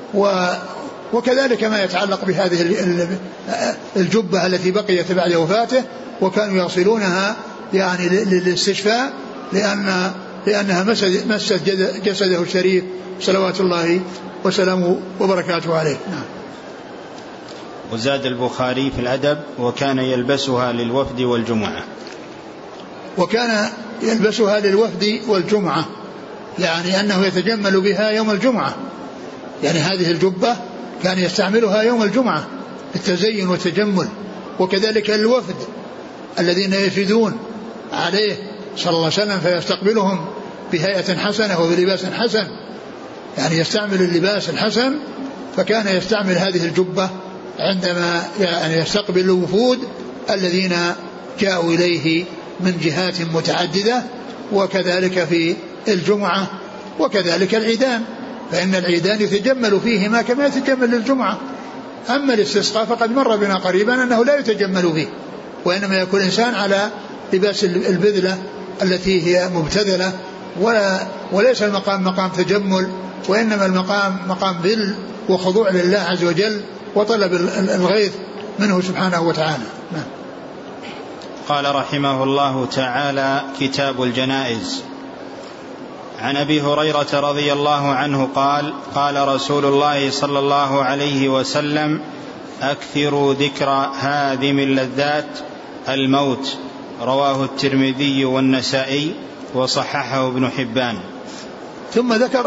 Speaker 2: وكذلك ما يتعلق بهذه الجبة التي بقيت بعد وفاته، وكانوا يغسلونها يعني للاستشفاء لأن لأنها مست جسده الشريف صلوات الله وسلامه وبركاته عليه. نعم.
Speaker 1: وزاد البخاري في الأدب وكان يلبسها للوفد والجمعة.
Speaker 2: وكان يلبسها للوفد والجمعة يعني أنه يتجمل بها يوم الجمعة، يعني هذه الجبة كان يستعملها يوم الجمعة التزين والتجمل، وكذلك الوفد الذين يفدون عليه صلى الله عليه وسلم فيستقبلهم بهيئة حسنة وبلباس حسن، يعني يستعمل اللباس الحسن، فكان يستعمل هذه الجبة عندما يعني يستقبل الوفود الذين جاءوا إليه من جهات متعددة، وكذلك في الجمعة، وكذلك العيدان، فإن العيدان يتجمل فيهما كما يتجمل للجمعة. أما الاستسقاء فقد مر بنا قريبا أنه لا يتجمل فيه، وإنما يكون الإنسان على لباس البذلة التي هي مبتذلة، وليس المقام مقام تجمل، وإنما المقام مقام ذل وخضوع لله عز وجل وطلب الغيث منه سبحانه وتعالى. نعم.
Speaker 1: قال رحمه الله تعالى: كتاب الجنائز. عن أبي هريرة رضي الله عنه قال: قال رسول الله صلى الله عليه وسلم: أكثروا ذكر هادم اللذات الموت. رواه الترمذي والنسائي وصححه ابن حبان.
Speaker 2: ثم ذكر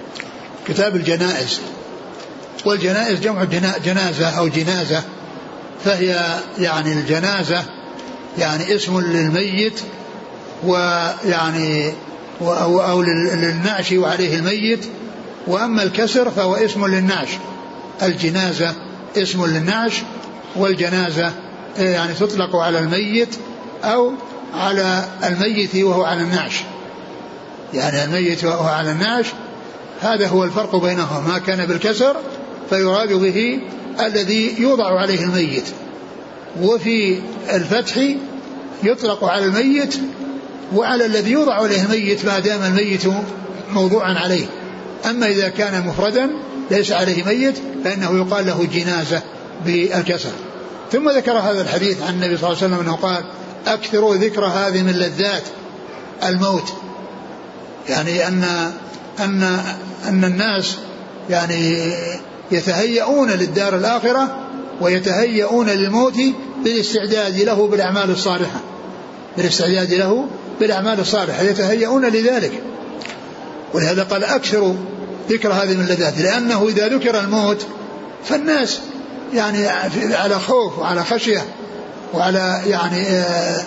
Speaker 2: كتاب الجنائز، والجنائز جمع جنازة أو جنازة، فهي يعني الجنازة يعني اسم للميت ويعني أو, أو للنعش وعليه الميت. وأما الكسر فهو اسم للنعش. الجنازة اسم للنعش والجنازة يعني تطلق على الميت أو على الميت وهو على النعش. يعني الميت وهو على النعش هذا هو الفرق بينهما. ما كان بالكسر فيراد به الذي يوضع عليه الميت، وفي الفتح يطلق على الميت وعلى الذي يوضع عليه الميت ما دام الميت موضوعا عليه. أما إذا كان مفردا ليس عليه ميت فإنه يقال له جنازة بالكسر. ثم ذكر هذا الحديث عن النبي صلى الله عليه وسلم أنه قال أكثروا ذكر هذه من لذات الموت. يعني أن أن أن الناس يعني يتهيئون للدار الآخرة ويتهيئون للموت بالاستعداد له بالأعمال الصالحة، بالاستعداد له بالأعمال الصالحة يتهيئون لذلك. ولهذا قال أكثروا ذكر هذه من اللذات، لأنه إذا ذكر الموت فالناس يعني على خوف وعلى خشية وعلى يعني آآ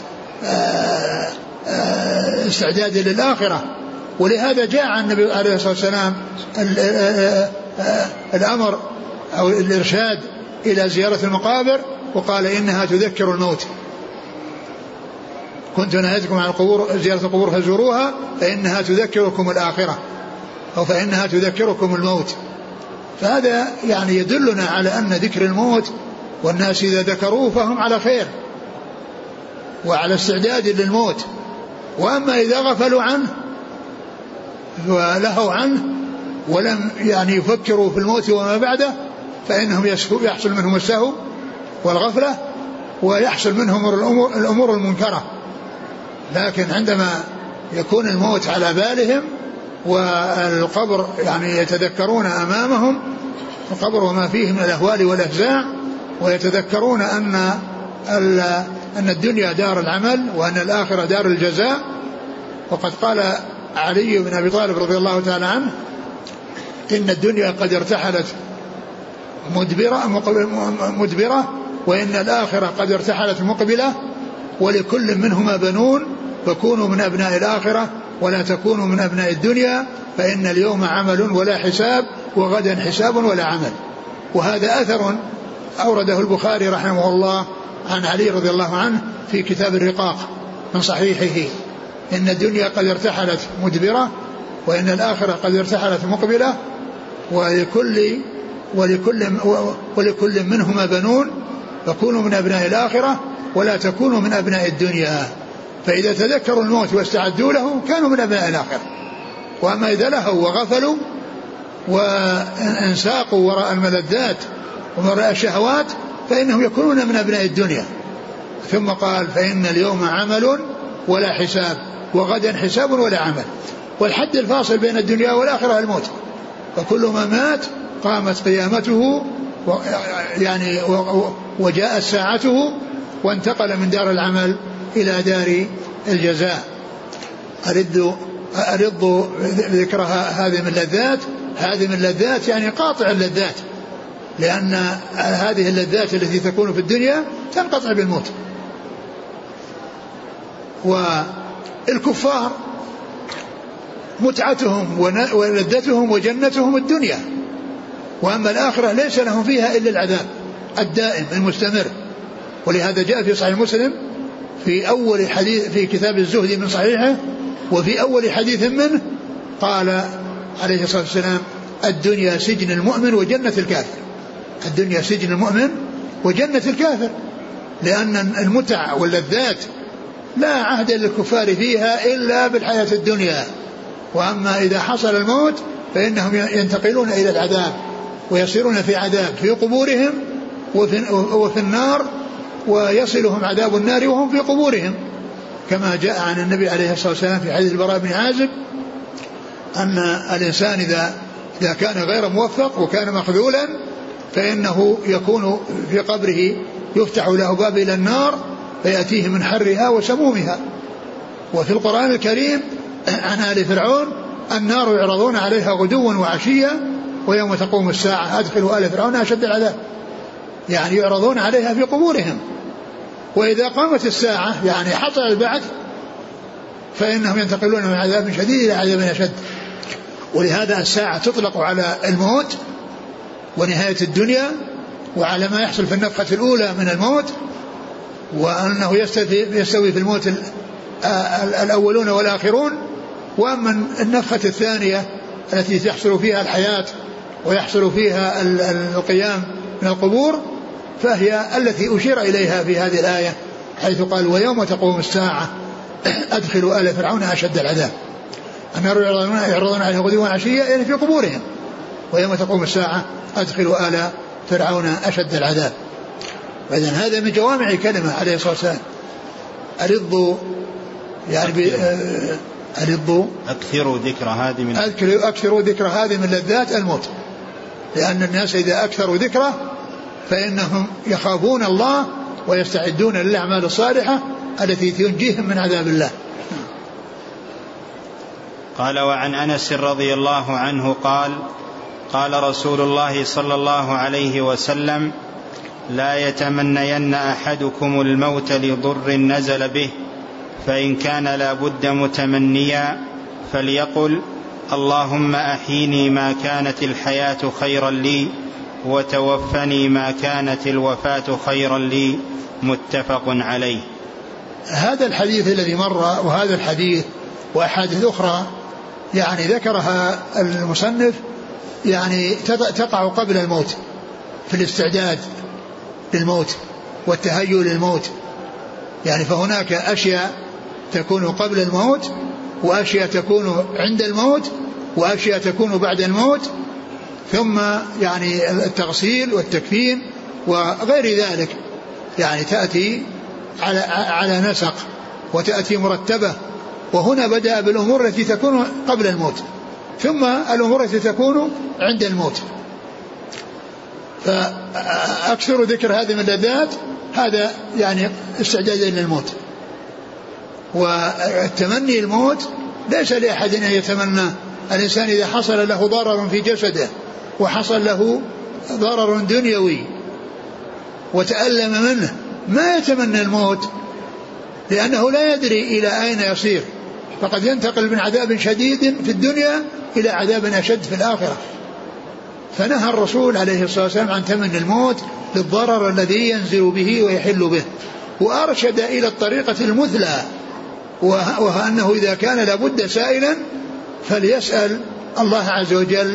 Speaker 2: آآ استعداد للآخرة. ولهذا جاء عن النبي عليه الصلاة والسلام الأمر أو الإرشاد إلى زيارة المقابر وقال إنها تذكر الموت. كنت نهيتكم عن القبور زيارة القبور فزوروها فإنها تذكركم الآخرة أو فإنها تذكركم الموت. فهذا يعني يدلنا على أن ذكر الموت والناس إذا ذكروه فهم على خير وعلى استعداد للموت. وأما إذا غفلوا عنه ولهوا عنه ولم يعني يفكروا في الموت وما بعده فإنهم يحصل منهم السهو والغفلة ويحصل منهم الأمور, الأمور المنكرة. لكن عندما يكون الموت على بالهم والقبر يعني يتذكرون أمامهم القبر وما فيه من الأهوال والأفزاع ويتذكرون أن أن الدنيا دار العمل وأن الآخرة دار الجزاء. وقد قال علي بن أبي طالب رضي الله تعالى عنه إن الدنيا قد ارتحلت مدبرة, مدبرة وإن الآخرة قد ارتحلت مقبلة ولكل منهما بنون فكونوا من أبناء الآخرة ولا تكونوا من أبناء الدنيا فإن اليوم عمل ولا حساب وغدا حساب ولا عمل. وهذا أثر أورده البخاري رحمه الله عن علي رضي الله عنه في كتاب الرقاق من صحيحه إن الدنيا قد ارتحلت مدبرة وإن الآخرة قد ارتحلت مقبلة ولكل, ولكل, ولكل منهما بنون فكونوا من أبناء الآخرة ولا تكونوا من أبناء الدنيا. فإذا تذكروا الموت واستعدوا له كانوا من أبناء الآخرة. وأما إذا لهوا وغفلوا وانساقوا وراء الملذات ووراء الشهوات فإنهم يكونون من أبناء الدنيا. ثم قال فإن اليوم عمل ولا حساب وغدا حساب ولا عمل. والحد الفاصل بين الدنيا والآخرة الموت. فكل ما مات قامت قيامته يعني وجاءت ساعته وانتقل من دار العمل إلى دار الجزاء. أرد أرد ذكرها هذه من اللذات. هذه من اللذات يعني قاطع اللذات لأن هذه اللذات التي تكون في الدنيا تنقطع بالموت. والكفار متعتهم ولذتهم وجنتهم الدنيا وأما الآخرة ليس لهم فيها إلا العذاب الدائم المستمر. ولهذا جاء في صحيح مسلم في أول حديث في كتاب الزهد من صحيحه وفي أول حديث منه قال عليه الصلاة والسلام الدنيا سجن المؤمن وجنة الكافر. الدنيا سجن المؤمن وجنة الكافر لأن المتع واللذات لا عهد للكفار فيها إلا بالحياة الدنيا. وأما إذا حصل الموت فإنهم ينتقلون إلى العذاب ويصيرون في عذاب في قبورهم وفي, وفي النار ويصلهم عذاب النار وهم في قبورهم كما جاء عن النبي عليه الصلاة والسلام في حديث البراء بن عازب أن الإنسان إذا, إذا كان غير موفق وكان مخذولا فإنه يكون في قبره يفتح له باب إلى النار فيأتيه من حرها وسمومها. وفي القرآن الكريم عن آل فرعون النار يعرضون عليها غدوا وعشيا ويوم تقوم الساعة أدخلوا آل فرعون أشد العذاب. يعني يعرضون عليها في قبورهم. وإذا قامت الساعة يعني حصل البعث فإنهم ينتقلون من عذاب شديد إلى عذاب أشد. ولهذا الساعة تطلق على الموت ونهاية الدنيا وعلى ما يحصل في النفخة الأولى من الموت، وأنه يستوي في الموت الأولون والآخرون. وأما النفخة الثانية التي تحصل فيها الحياة ويحصل فيها القيام من القبور فهي التي أشير إليها في هذه الآية حيث قال ويوم تقوم الساعة أدخلوا آل فرعون أشد العذاب. النار يعرضون عليها غدوا وعشيا يعني في قبورهم، ويوم تقوم الساعة أدخلوا آل فرعون أشد العذاب. فإذن هذا من جوامع كلمة عليه الصلاة والسلام. أرضوا يعني أرضوا
Speaker 1: أكثروا ذكر هذه من
Speaker 2: أكثروا ذكر هذه من لذات الموت، لأن الناس إذا أكثروا ذكره فإنهم يخافون الله ويستعدون للأعمال الصالحة التي تنجيهم من عذاب الله.
Speaker 1: قال وعن أنس رضي الله عنه قال قال رسول الله صلى الله عليه وسلم لا يتمنين أحدكم الموت لضر نزل به، فإن كان لا بد متمنيا فليقل اللهم أحيني ما كانت الحياة خيرا لي وتوفني ما كانت الوفاة خيرا لي. متفق عليه.
Speaker 2: هذا الحديث الذي مر وهذا الحديث وأحاديث أخرى يعني ذكرها المصنف يعني تقع قبل الموت في الاستعداد للموت والتهيؤ للموت. يعني فهناك أشياء تكون قبل الموت وأشياء تكون عند الموت وأشياء تكون بعد الموت، ثم يعني التغسيل والتكفين وغير ذلك يعني تأتي على على نسق وتأتي مرتبة. وهنا بدأ بالأمور التي تكون قبل الموت ثم الأمور التي تكون عند الموت. فأكثر ذكر هذه من اللذات هذا يعني استعداد للموت. والتمني الموت ليس لأحد أن يتمنى. الإنسان إذا حصل له ضرر في جسده وحصل له ضرر دنيوي وتألم منه ما يتمنى الموت، لأنه لا يدري إلى أين يصير، فقد ينتقل من عذاب شديد في الدنيا إلى عذاب أشد في الآخرة. فنهى الرسول عليه الصلاة والسلام عن تمني الموت للضرر الذي ينزل به ويحل به، وأرشد إلى الطريقة المثلى، وهو أنه إذا كان لابد سائلا فليسأل الله عز وجل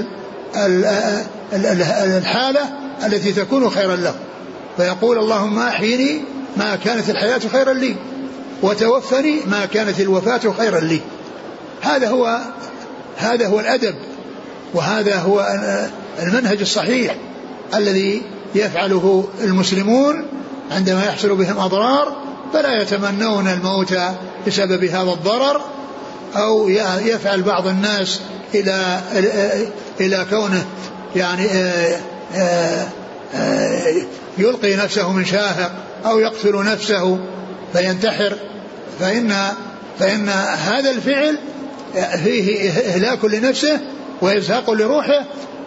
Speaker 2: الحالة التي تكون خيرا له، فيقول اللهم أحيني ما كانت الحياة خيرا لي وتوفني ما كانت الوفاة خيرا لي. هذا هو هذا هو الأدب، وهذا هو المنهج الصحيح الذي يفعله المسلمون عندما يحصل بهم أضرار، فلا يتمنون الموت بسبب هذا الضرر، أو يفعل بعض الناس إلى إلى كونه يعني يلقي نفسه من شاهق أو يقتل نفسه فينتحر، فإن فإن هذا الفعل فيه إهلاك لنفسه وإزهاق لروحه،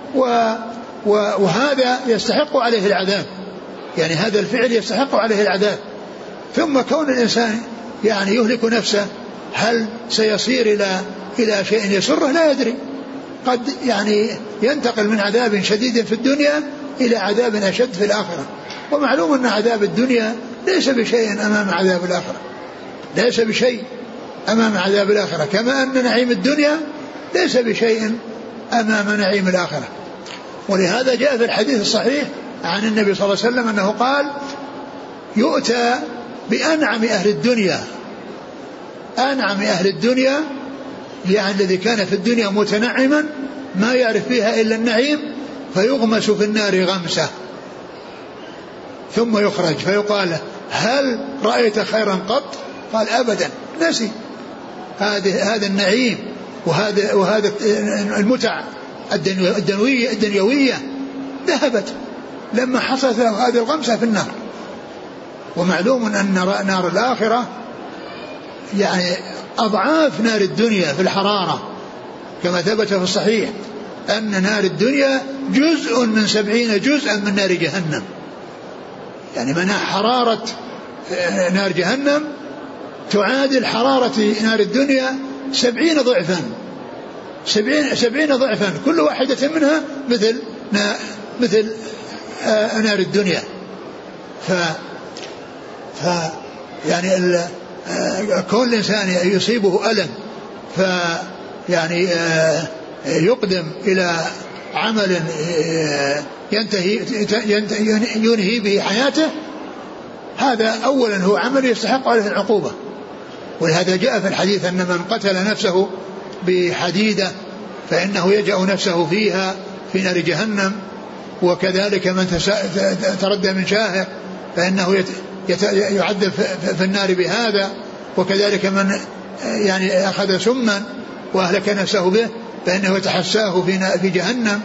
Speaker 2: وهذا يستحق عليه العذاب. يعني هذا الفعل يستحق عليه العذاب. ثم كون الإنسان يعني يهلك نفسه هل سيصير إلى إلى شيء يسره؟ لا يدري. قد يعني ينتقل من عذاب شديد في الدنيا إلى عذاب أشد في الآخرة. ومعلوم أن عذاب الدنيا ليس بشيء أمام عذاب الآخرة، ليس بشيء أمام عذاب الآخرة، كما أن نعيم الدنيا ليس بشيء أمام نعيم الآخرة. ولهذا جاء في الحديث الصحيح عن النبي صلى الله عليه وسلم أنه قال يؤتى بأنعم أهل الدنيا، أنعم أهل الدنيا يعني الذي كان في الدنيا متنعما ما يعرف فيها إلا النعيم، فيغمس في النار غمسة ثم يخرج فيقال هل رأيت خيرا قط؟ قال أبدا، نسي. هذا هذا النعيم وهذا وهذا المتع الدنيوية الدنيوية ذهبت لما حصلت هذه الغمسة في النار. ومعلوم أن نار الآخرة يعني أضعاف نار الدنيا في الحرارة، كما ثبت في الصحيح أن نار الدنيا جزء من سبعين جزءا من نار جهنم. يعني منها حرارة نار جهنم تعادل حرارة نار الدنيا سبعين ضعفا سبعين, سبعين ضعفا كل واحدة منها مثل مثل نار الدنيا. ف, ف يعني كون الإنسان يصيبه ألم فيعني يقدم إلى عمل ينتهي ينهي به حياته، هذا أولا هو عمل يستحق عليه العقوبة. ولهذا جاء في الحديث أن من قتل نفسه بحديدة فإنه يجأ نفسه فيها في نار جهنم، وكذلك من تردى من شاهق فإنه يعذب في النار بهذا، وكذلك من يعني أخذ سما وأهلك نفسه به فإنه يتحساه في جهنم.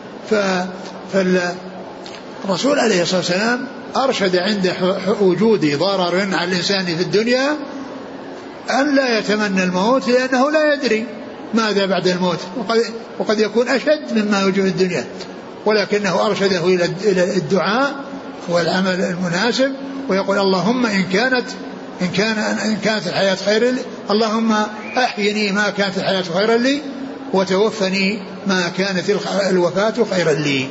Speaker 2: فالرسول عليه الصلاة والسلام أرشد عند وجود ضرر على الإنسان في الدنيا أن لا يتمنى الموت، لأنه لا يدري ماذا بعد الموت، وقد, وقد يكون أشد مما يوجد في الدنيا، ولكنه أرشده إلى الدعاء والعمل المناسب، ويقول اللهم إن كانت إن كان إن كانت الحياة خير لي، اللهم أحيني ما كانت الحياة خيرا لي، وتوفني ما كانت الوفاة خيرا لي.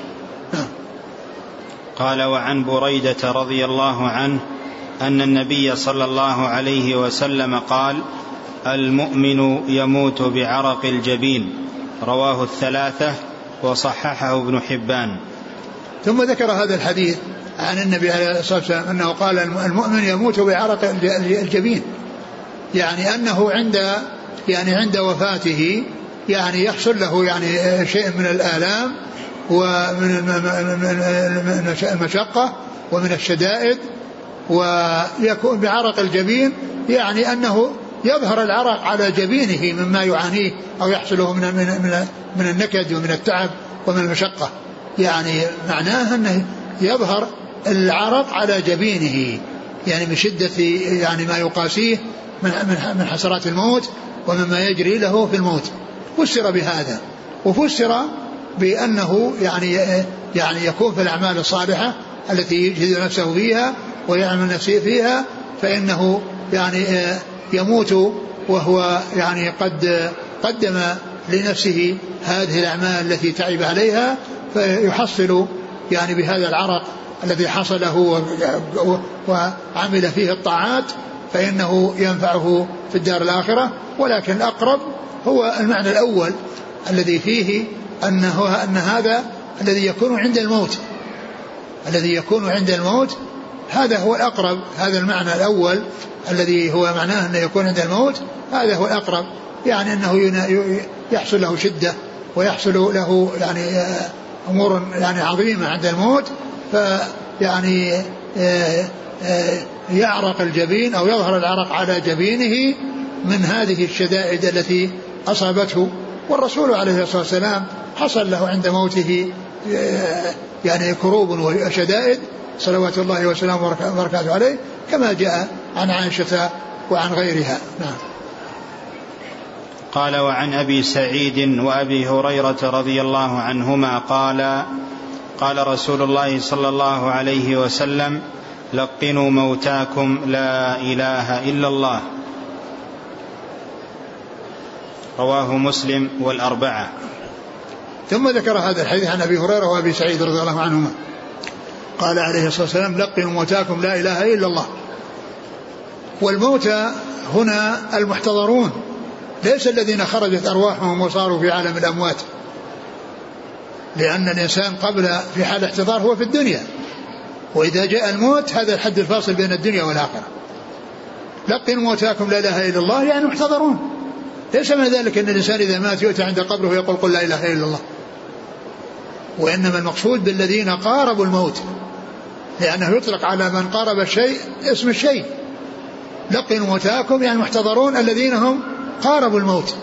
Speaker 1: قال وعن بريدة رضي الله عنه أن النبي صلى الله عليه وسلم قال المؤمن يموت بعرق الجبين، رواه الثلاثة وصححه ابن حبان.
Speaker 2: ثم ذكر هذا الحديث عن النبي عليه الصلاة والسلام أنه قال المؤمن يموت بعرق الجبين، يعني أنه عند يعني عند وفاته يعني يحصل له يعني شيء من الآلام ومن المشقة ومن الشدائد، ويكون بعرق الجبين يعني أنه يظهر العرق على جبينه مما يعانيه أو يحصله من من من النكد ومن التعب ومن المشقة، يعني معناه أنه يظهر العرق على جبينه يعني من شدة يعني ما يقاسيه من من حسرات الموت ومما يجري له في الموت. فسر بهذا، وفسر بأنه يعني يعني يكون في الأعمال الصالحة التي يجهد نفسه فيها ويعمل نفسه فيها، فإنه يعني يموت وهو يعني قد قدم لنفسه هذه الأعمال التي تعب عليها، فيحصل يعني بهذا العرق الذي حصله وعمل فيه الطاعات فإنه ينفعه في الدار الآخرة. ولكن الأقرب هو المعنى الأول الذي فيه أنه أن هذا الذي يكون عند الموت الذي يكون عند الموت هذا هو الأقرب، هذا المعنى الأول الذي هو معناه أنه يكون عند الموت هذا هو الأقرب، يعني أنه يحصل له شدة ويحصل له يعني أمور يعني عظيمة عند الموت، فيعني يعرق الجبين أو يظهر العرق على جبينه من هذه الشدائد التي أصابته. والرسول عليه الصلاة والسلام حصل له عند موته يعني كروب وشدائد صلوات الله وسلامه وبركاته عليه، كما جاء عن عائشة وعن غيرها. نعم.
Speaker 1: قال وعن أبي سعيد وأبي هريرة رضي الله عنهما قال قال رسول الله صلى الله عليه وسلم لقنوا موتاكم لا إله إلا الله، رواه مسلم والأربعة.
Speaker 2: ثم ذكر هذا الحديث عن أبي هريرة وأبي سعيد رضي الله عنهما قال عليه الصلاة والسلام لقنوا موتاكم لا إله إلا الله. والموتى هنا المحتضرون، ليس الذين خرجت أرواحهم وصاروا في عالم الأموات، لأن الإنسان قبل في حال احتضار هو في الدنيا، وإذا جاء الموت هذا الحد الفاصل بين الدنيا والآخرة. لقنوا موتاكم لا إله إلا الله يعني محتضرون، ليس من ذلك أن الإنسان إذا مات يؤتى عند قبره ويقول قل لا إله إلا الله، وإنما المقصود بالذين قاربوا الموت، لأنه يطلق على من قارب الشيء اسم الشيء. لقنوا موتاكم يعني محتضرون الذين هم قاربوا الموت،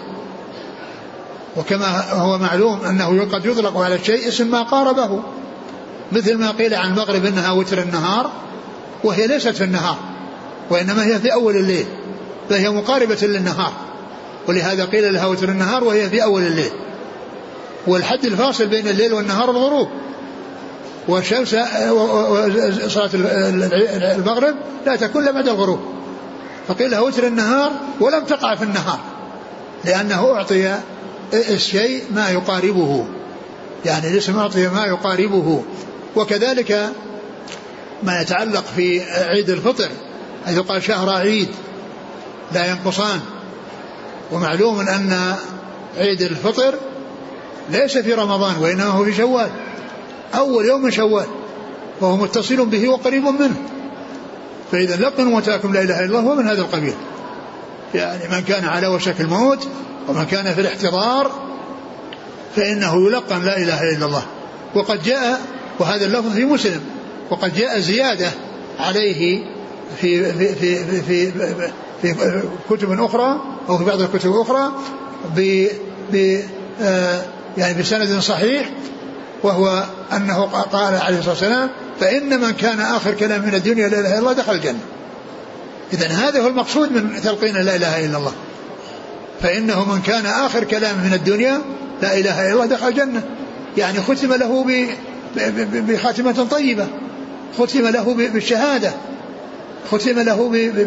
Speaker 2: وكما هو معلوم أنه قد يطلق على الشيء اسم ما قاربه، مثل ما قيل عن المغرب إنها وتر النهار، وهي ليست في النهار وإنما هي في أول الليل، فهي مقاربة للنهار، ولهذا قيل لها وتر النهار وهي في أول الليل. والحد الفاصل بين الليل والنهار الغروب، والشمس صلاة المغرب لا تكون إلا بعد الغروب، فقيل له وتر النهار ولم تقع في النهار لأنه أعطي الشيء ما يقاربه، يعني الاسم أعطي ما يقاربه. وكذلك ما يتعلق في عيد الفطر حيث قال شهر عيد لا ينقصان، ومعلوم أن عيد الفطر ليس في رمضان وإنما هو في شوال، أول يوم من شوال، وهو متصل به وقريب منه. فإذا لقن موتاكم لا إله إلا الله ومن هذا القبيل، يعني من كان على وشك الموت ومن كان في الاحتضار فإنه يلقن لا إله إلا الله. وقد جاء وهذا اللفظ في مسلم، وقد جاء زيادة عليه في في في في, في, في كتب أخرى أو في بعض الكتب الأخرى ب ب يعني بسند صحيح، وهو أنه قال عليه الصلاة والسلام فإن من كان آخر كلام من الدنيا لا إله إلا الله دخل الجنة. إذن هذا هو المقصود من تلقين لا إله إلا الله، فإنه من كان آخر كلام من الدنيا لا إله إلا الله دخل الجنة، يعني ختم له بخاتمة طيبة، ختم له بالشهادة، ختم له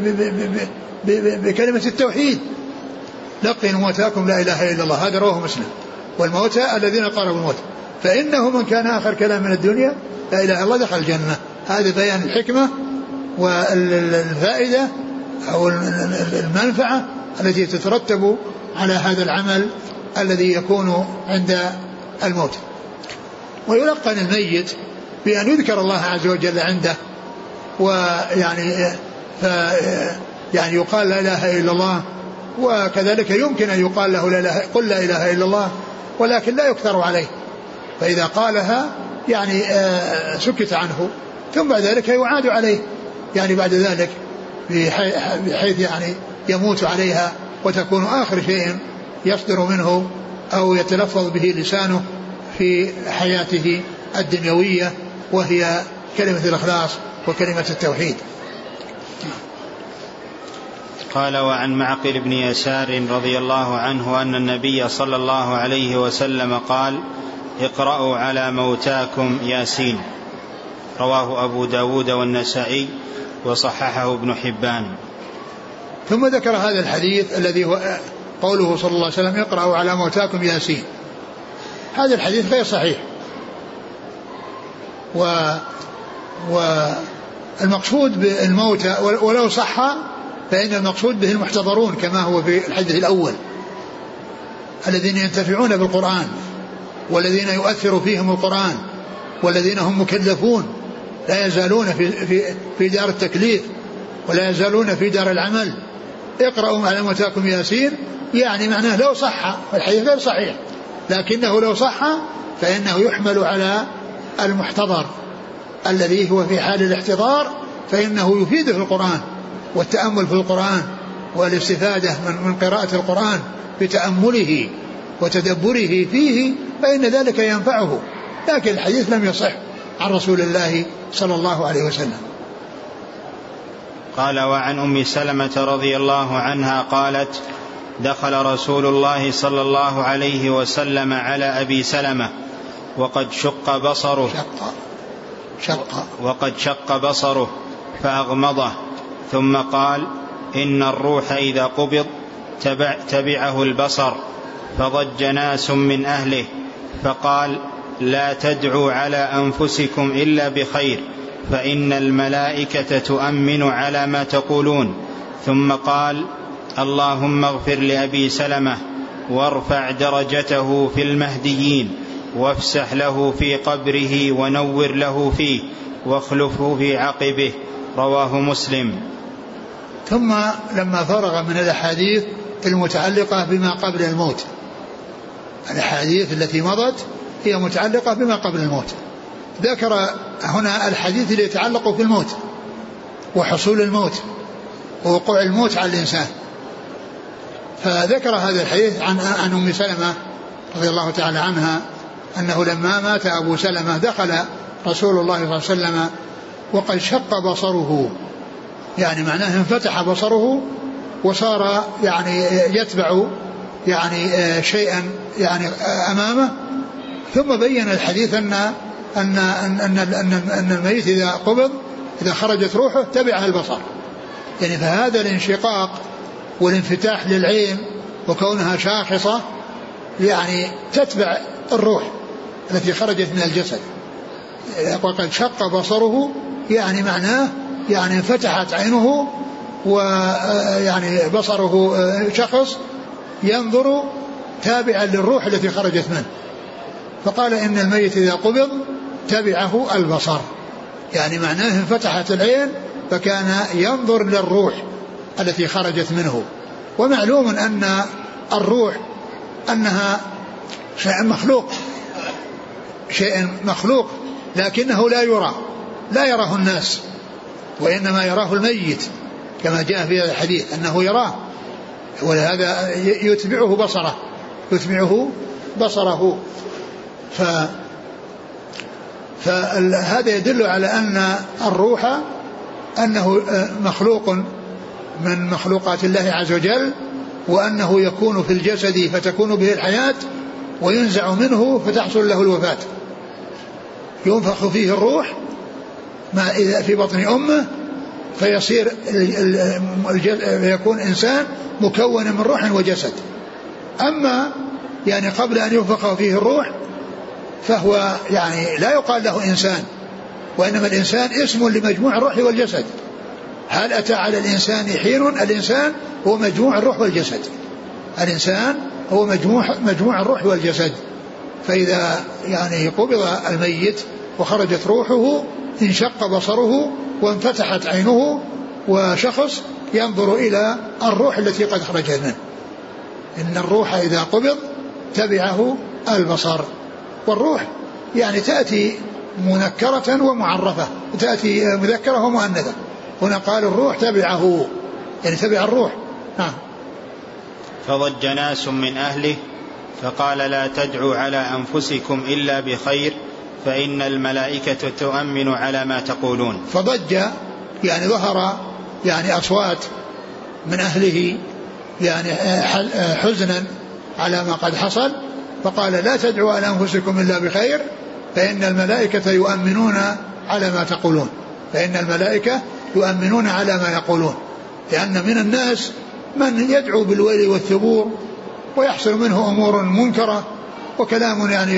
Speaker 2: بكلمة التوحيد. لقن موتاكم لا إله إلا الله، هذا رواه مسلم. والموتى الذين قاربوا الموت فإنه من كان آخر كلام من الدنيا لا إله إلا الله دخل الجنة. هذا بيان الحكمة والفائدة أو المنفعة التي تترتب على هذا العمل الذي يكون عند الموت. ويلقن الميت بأن يذكر الله عز وجل عنده، ويعني ف يعني يقال لا إله إلا الله، وكذلك يمكن أن يقال له لا إله قل لا إله إلا الله، ولكن لا يكثر عليه، فإذا قالها يعني سكت عنه، ثم بعد ذلك يعاد عليه يعني بعد ذلك بحيث يعني يموت عليها وتكون آخر شيء يصدر منه أو يتلفظ به لسانه في حياته الدنيوية، وهي كلمة الإخلاص وكلمة التوحيد.
Speaker 1: قال وعن معقل بن يسار رضي الله عنه أن النبي صلى الله عليه وسلم قال اقرأوا على موتاكم ياسين، رواه أبو داود والنسائي وصححه ابن حبان.
Speaker 2: ثم ذكر هذا الحديث الذي هو قوله صلى الله عليه وسلم اقرأوا على موتاكم ياسين. هذا الحديث غير صحيح، و والمقصود بالموتى ولو صح فإن المقصود به المحتضرون كما هو في الحديث الأول، الذين ينتفعون بالقرآن والذين يؤثر فيهم القرآن والذين هم مكلفون لا يزالون في, في, في دار التكليف ولا يزالون في دار العمل. اقرأوا على موتاكم ياسين يعني معناه لو صح، والحديث غير صحيح، لكنه لو صح فإنه يحمل على المحتضر الذي هو في حال الاحتضار، فإنه يفيده القرآن والتأمل في القرآن والاستفادة من, من قراءة القرآن بتأمله وتدبره فيه، فإن ذلك ينفعه. لكن الحديث لم يصح عن رسول الله صلى الله عليه وسلم.
Speaker 1: قال وعن أم سلمة رضي الله عنها قالت دخل رسول الله صلى الله عليه وسلم على أبي سلمة وقد شق بصره
Speaker 2: شق شق
Speaker 1: وقد شق بصره فأغمضه، ثم قال إن الروح إذا قبض تبع تبعه البصر، فضج ناس من أهله فقال لا تدعوا على أنفسكم إلا بخير فإن الملائكة تؤمن على ما تقولون. ثم قال اللهم اغفر لأبي سلمة وارفع درجته في المهديين وافسح له في قبره ونور له فيه واخلفه في عقبه، رواه مسلم.
Speaker 2: ثم لما فرغ من الأحاديث المتعلقة بما قبل الموت، الأحاديث التي مضت هي متعلقة بما قبل الموت، ذكر هنا الحديث اللي يتعلق بالموت وحصول الموت ووقوع الموت على الإنسان. فذكر هذا الحديث عن عن أم سلمة رضي الله تعالى عنها أنه لما مات أبو سلمة دخل رسول الله صلى الله عليه وسلم وقد شق بصره، يعني معناه انفتح بصره وصار يعني يتبع يعني شيئا يعني أمامه. ثم بين الحديث أن أن, أن, أن, أن, أن الميت إذا قبض إذا خرجت روحه تبعها البصر. يعني فهذا الانشقاق والانفتاح للعين وكونها شاخصة يعني تتبع الروح التي خرجت من الجسد. وقد شق بصره يعني معناه يعني انفتحت عينه ويعني بصره شخص ينظر تابعا للروح التي خرجت منه. فقال إن الميت إذا قبض تبعه البصر، يعني معناه انفتحت العين فكان ينظر للروح التي خرجت منه. ومعلوم أن الروح أنها شيء مخلوق شيء مخلوق لكنه لا يرى لا يراه الناس وإنما يراه الميت كما جاء في هذا الحديث أنه يراه، ولهذا يتبعه بصره يتبعه بصره ف فهذا يدل على أن الروح أنه مخلوق من مخلوقات الله عز وجل، وأنه يكون في الجسد فتكون به الحياة وينزع منه فتحصل له الوفاة. ينفخ فيه الروح ما إذا في بطن أمه فيصير يكون إنسان مكون من روح وجسد. أما يعني قبل أن ينفخ فيه الروح فهو يعني لا يقال له إنسان، وإنما الإنسان اسم لمجموع الروح والجسد. هل أتى على الإنسان حين؟ الإنسان هو مجموع الروح والجسد. الإنسان هو مجموع مجموع الروح والجسد. فإذا يعني قبض الميت وخرجت روحه انشق بصره وانفتحت عينه وشخص ينظر إلى الروح التي قد خرجت منه. إن الروح إذا قبض تبعه البصر. والروح يعني تأتي منكرة ومعرفة، تأتي مذكرة ومؤنثة. هنا قال الروح تبعه يعني تبع الروح. نعم.
Speaker 1: فضج ناس من أهله فقال لا تدعوا على أنفسكم إلا بخير فإن الملائكة تؤمن على ما تقولون.
Speaker 2: فضج يعني ظهر يعني أصوات من أهله يعني حزنا على ما قد حصل، فقال لا تدعوا على أنفسكم إلا بخير فإن الملائكة يؤمنون على ما تقولون فإن الملائكة يؤمنون على ما يقولون. لأن من الناس من يدعو بالويل والثبور ويحصل منه أمور منكرة وكلام يعني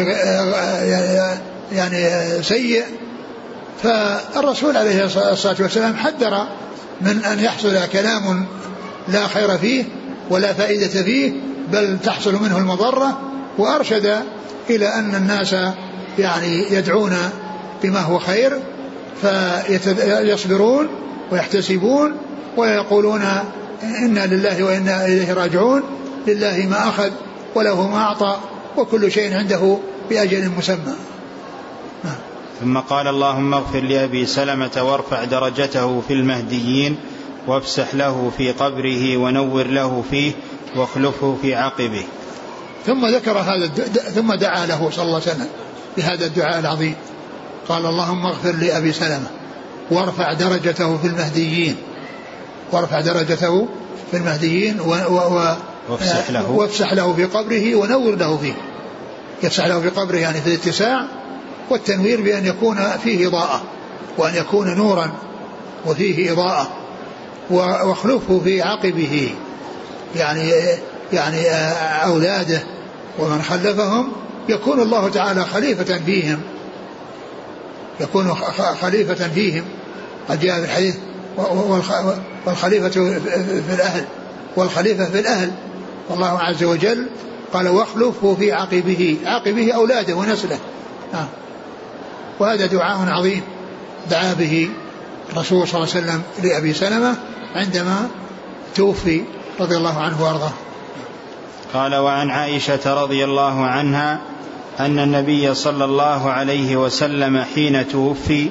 Speaker 2: يعني سيء. فالرسول عليه الصلاة والسلام حذر من أن يحصل كلام لا خير فيه ولا فائدة فيه بل تحصل منه المضرة، وأرشد إلى أن الناس يعني يدعون بما هو خير فيصبرون ويحتسبون ويقولون إنا لله وإنا إليه راجعون، لله ما أخذ وله ما أعطى وكل شيء عنده بأجل مسمى.
Speaker 1: ثم قال اللهم اغفر لأبي سلمة وارفع درجته في المهديين وافسح له في قبره ونور له فيه واخلفه في عقبه.
Speaker 2: ثم ذكر هذا ثم دعا له صلى الله عليه وسلم بهذا الدعاء العظيم. قال اللهم اغفر لأبي سلمة وارفع درجته في المهديين وارفع درجته في المهديين و و
Speaker 1: وافسح له
Speaker 2: وافسح له في قبره ونور له فيه. يفسح له في قبره يعني في الاتساع، والتنوير بأن يكون فيه إضاءة وأن يكون نورا وفيه إضاءة. واخلفه في عقبه يعني يعني أولاده ومن خلفهم يكون الله تعالى خليفة فيهم يكون خليفة فيهم. قد جاء في الحديث والخليفة في الأهل والخليفة في الأهل، والله عز وجل قال واخلفه في عقبه عقبه أولاده ونسله. آه. وهذا دعاء عظيم دعا به الرسول صلى الله عليه وسلم لأبي سلمة عندما توفي رضي الله عنه وارضاه.
Speaker 1: قال وعن عائشة رضي الله عنها أن النبي صلى الله عليه وسلم حين توفي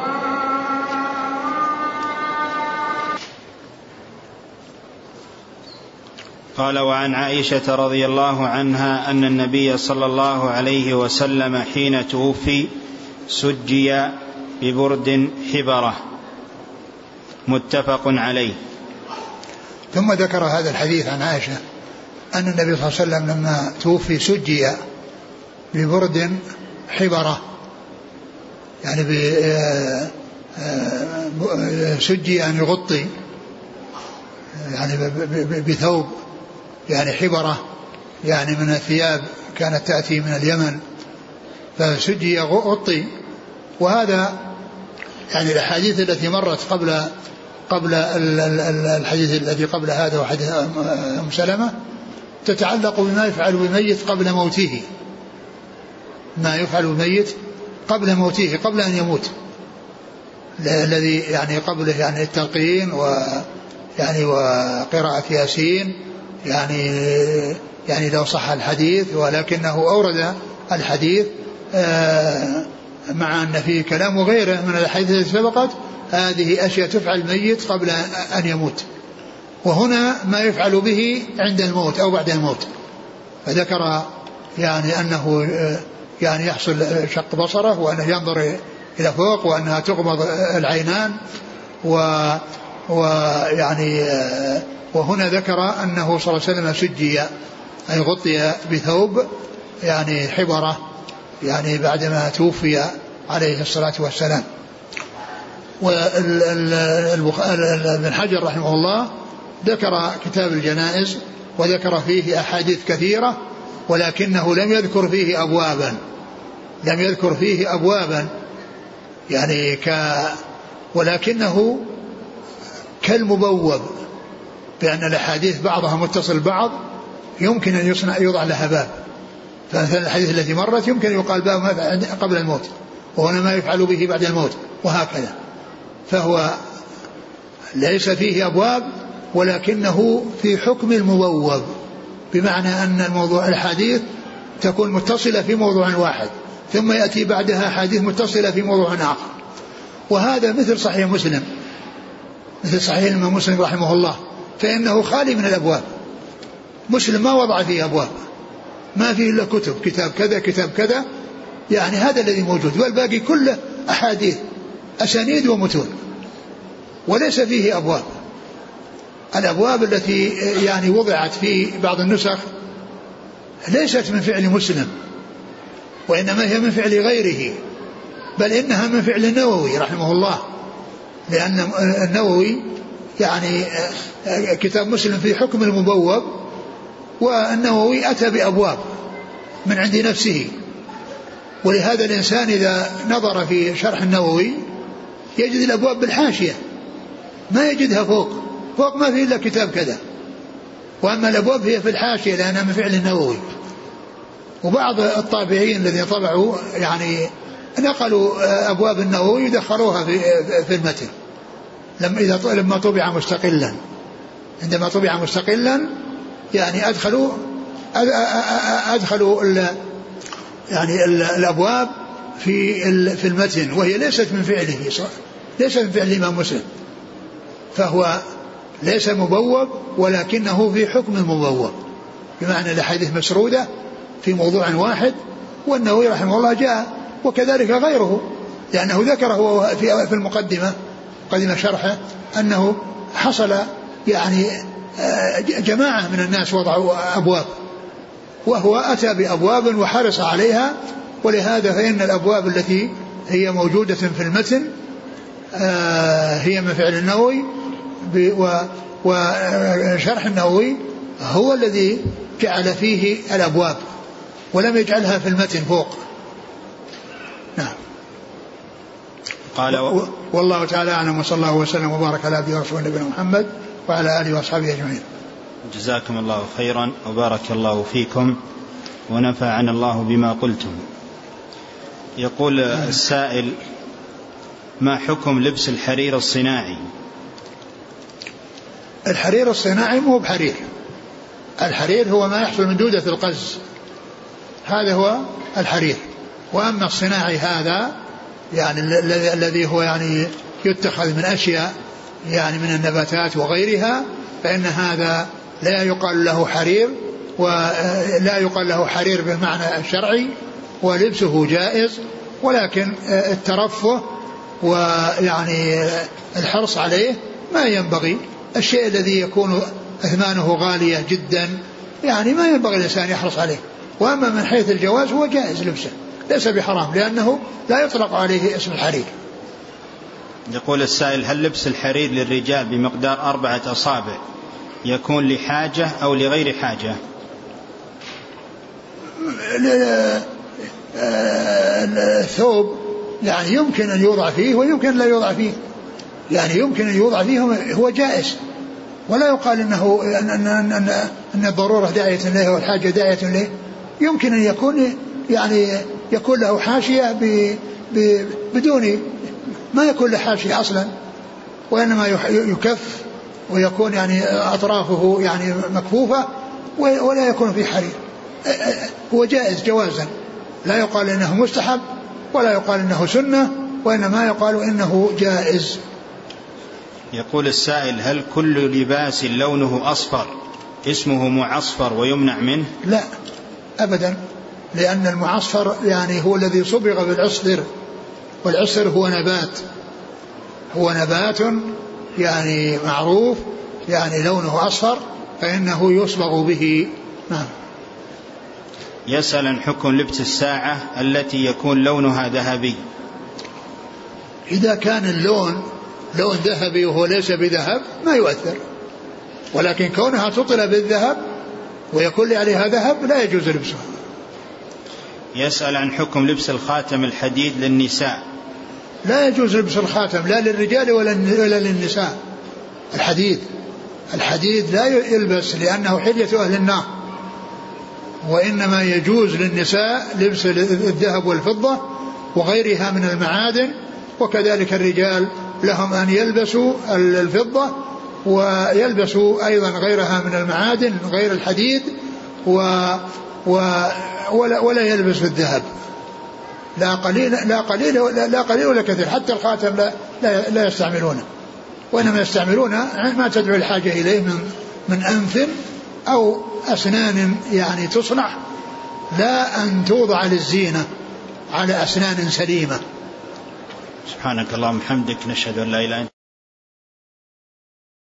Speaker 1: قال وعن عائشة رضي الله عنها أن النبي صلى الله عليه وسلم حين توفي سجي ببرد حبرة متفق عليه.
Speaker 2: ثم ذكر هذا الحديث عن عائشة أن النبي صلى الله عليه وسلم لما توفي سجي ببرد حبرة يعني سجي يعني يغطي يعني بثوب يعني حبرة يعني من الثياب كانت تأتي من اليمن فسجي يغطي. وهذا يعني الأحاديث التي مرت قبل قبل الحديث الذي قبل هذا وحديث أم سلمة تتعلق بما يفعل بالميت قبل موته، ما يفعل بالميت قبل موته قبل أن يموت، الذي يعني قبله يعني التلقين ويعني وقراءة ياسين يعني يعني لو صح الحديث، ولكنه أورد الحديث مع أن فيه كلام وغيره من الحديث التي سبقت. هذه أشياء تفعل الميت قبل أن يموت، وهنا ما يفعل به عند الموت أو بعد الموت. فذكر يعني أنه يعني يحصل شق بصره وأنه ينظر إلى فوق وأنها تغمض العينان، ويعني وهنا ذكر أنه صلى الله عليه وسلم سجي أي غطي بثوب يعني حبرة يعني بعدما توفي عليه الصلاة والسلام. وابن حجر رحمه الله ذكر كتاب الجنائز وذكر فيه أحاديث كثيرة، ولكنه لم يذكر فيه أبوابا لم يذكر فيه أبوابا يعني ك ولكنه كالمبوب، بأن الأحاديث بعضها متصل بعض يمكن أن يصنع يوضع لها باب. فمثلا الحديث التي مرت يمكن يقال باب ما قبل الموت، وهنا ما يفعل به بعد الموت، وهكذا. فهو ليس فيه أبواب ولكنه في حكم المبوب، بمعنى أن الموضوع الحديث تكون متصلة في موضوع واحد ثم يأتي بعدها حديث متصلة في موضوع آخر. وهذا مثل صحيح مسلم مثل صحيح الإمام مسلم رحمه الله، فإنه خالي من الأبواب. مسلم ما وضع فيه أبواب، ما فيه إلا كتب، كتاب كذا كتاب كذا، يعني هذا الذي موجود، والباقي كله أحاديث أسانيد ومتون، وليس فيه أبواب. الأبواب التي يعني وضعت في بعض النسخ ليست من فعل مسلم، وإنما هي من فعل غيره، بل إنها من فعل النووي رحمه الله، لأن النووي يعني كتاب مسلم في حكم المبوب، والنووي أتى بأبواب من عند نفسه. ولهذا الإنسان إذا نظر في شرح النووي يجد الأبواب بالحاشية، ما يجدها فوق فوق ما فيه إلا كتاب كذا، وأما الأبواب هي في الحاشية لأنها من فعل النووي. وبعض الطابعين الذين طبعوا يعني نقلوا أبواب النووي ودخلوها في في المتن لما إذا لما طبع مستقلا، عندما طبع مستقلا يعني أدخلوا أدخلوا يعني الأبواب في في المتن، وهي ليست من فعله ليست من فعل الإمام مسلم، فهو ليس مبوب ولكنه في حكم المبوب، بمعنى الأحاديث مسرودة في موضوع واحد. والنووي رحمه الله جاء وكذلك غيره، لأنه ذكره في المقدمة مقدمة شرحه أنه حصل يعني جماعة من الناس وضعوا أبواب، وهو أتى بأبواب وحرص عليها. ولهذا فإن الأبواب التي هي موجودة في المتن هي من فعل النووي، وشرح النووي هو الذي جعل فيه الأبواب ولم يجعلها في المتن فوق. نعم.
Speaker 1: قال و...
Speaker 2: والله تعالى أعلم، وصلى الله وسلم وبارك على عبده ورسوله نبينا محمد وعلى آله وأصحابه أجمعين.
Speaker 1: جزاكم الله خيرا وبارك الله فيكم ونفعنا الله بما قلتم. يقول السائل: ما حكم لبس الحرير الصناعي؟
Speaker 2: الحرير الصناعي مو بحرير، الحرير هو ما يحصل من دودة القز، هذا هو الحرير. وأما الصناعي هذا يعني الذي هو يعني يتخذ من أشياء يعني من النباتات وغيرها، فإن هذا لا يقال له حرير، ولا يقال له حرير بالمعنى الشرعي، ولبسه جائز، ولكن الترفه ويعني الحرص عليه ما ينبغي. الشيء الذي يكون أثمانه غالية جدا يعني ما ينبغي الإنسان يحرص عليه. وأما من حيث الجواز هو جائز لبسه، ليس بحرام لأنه لا يطلق عليه اسم الحرير.
Speaker 1: يقول السائل: هل لبس الحرير للرجال بمقدار أربعة أصابع يكون لحاجة أو لغير حاجة؟
Speaker 2: الثوب يعني يمكن أن يوضع فيه ويمكن لا يوضع فيه، يعني يمكن أن يوضع فيه هو جائز، ولا يقال إنه أن, أن, أن, أن الضرورة داعية له والحاجة داعية له. يمكن أن يكون يعني يكون له حاشية ب ب بدون ما يكون له حاشية أصلا، وإنما يكف ويكون يعني أطرافه يعني مكفوفة ولا يكون في حرير. هو جائز جوازا، لا يقال إنه مستحب ولا يقال إنه سنة، وإنما يقال إنه جائز.
Speaker 1: يقول السائل: هل كل لباس لونه أصفر اسمه معصفر ويمنع منه؟
Speaker 2: لا أبدا، لأن المعصفر يعني هو الذي صبغ بالعصفر، والعصفر هو نبات، هو نبات يعني معروف يعني لونه أصفر فإنه يصبغ به. نعم.
Speaker 1: يسأل عن حكم لبس الساعة التي يكون لونها ذهبي.
Speaker 2: إذا كان اللون لون ذهبي وهو ليس بذهب ما يؤثر، ولكن كونها تطلى بالذهب ويكون عليها ذهب لا يجوز لبسها.
Speaker 1: يسأل عن حكم لبس الخاتم الحديد للنساء.
Speaker 2: لا يجوز لبس الخاتم لا للرجال ولا للنساء. الحديد الحديد لا يلبس لأنه حلية أهل النار، وإنما يجوز للنساء لبس الذهب والفضة وغيرها من المعادن، وكذلك الرجال لهم أن يلبسوا الفضة ويلبسوا أيضا غيرها من المعادن غير الحديد و و ولا, ولا يلبس الذهب، لا قليل لا قليل لا قليل ولا كثير. حتى الخاتم لا, لا, لا يستعملونه، وإنما يستعملون ما تدعو الحاجة إليه من, من أنف أو أسنان يعني تصنع، لا أن توضع للزينة على أسنان سليمة.
Speaker 1: سبحانك اللهم وبحمدك، نشهد أن لا إله إلا أنت.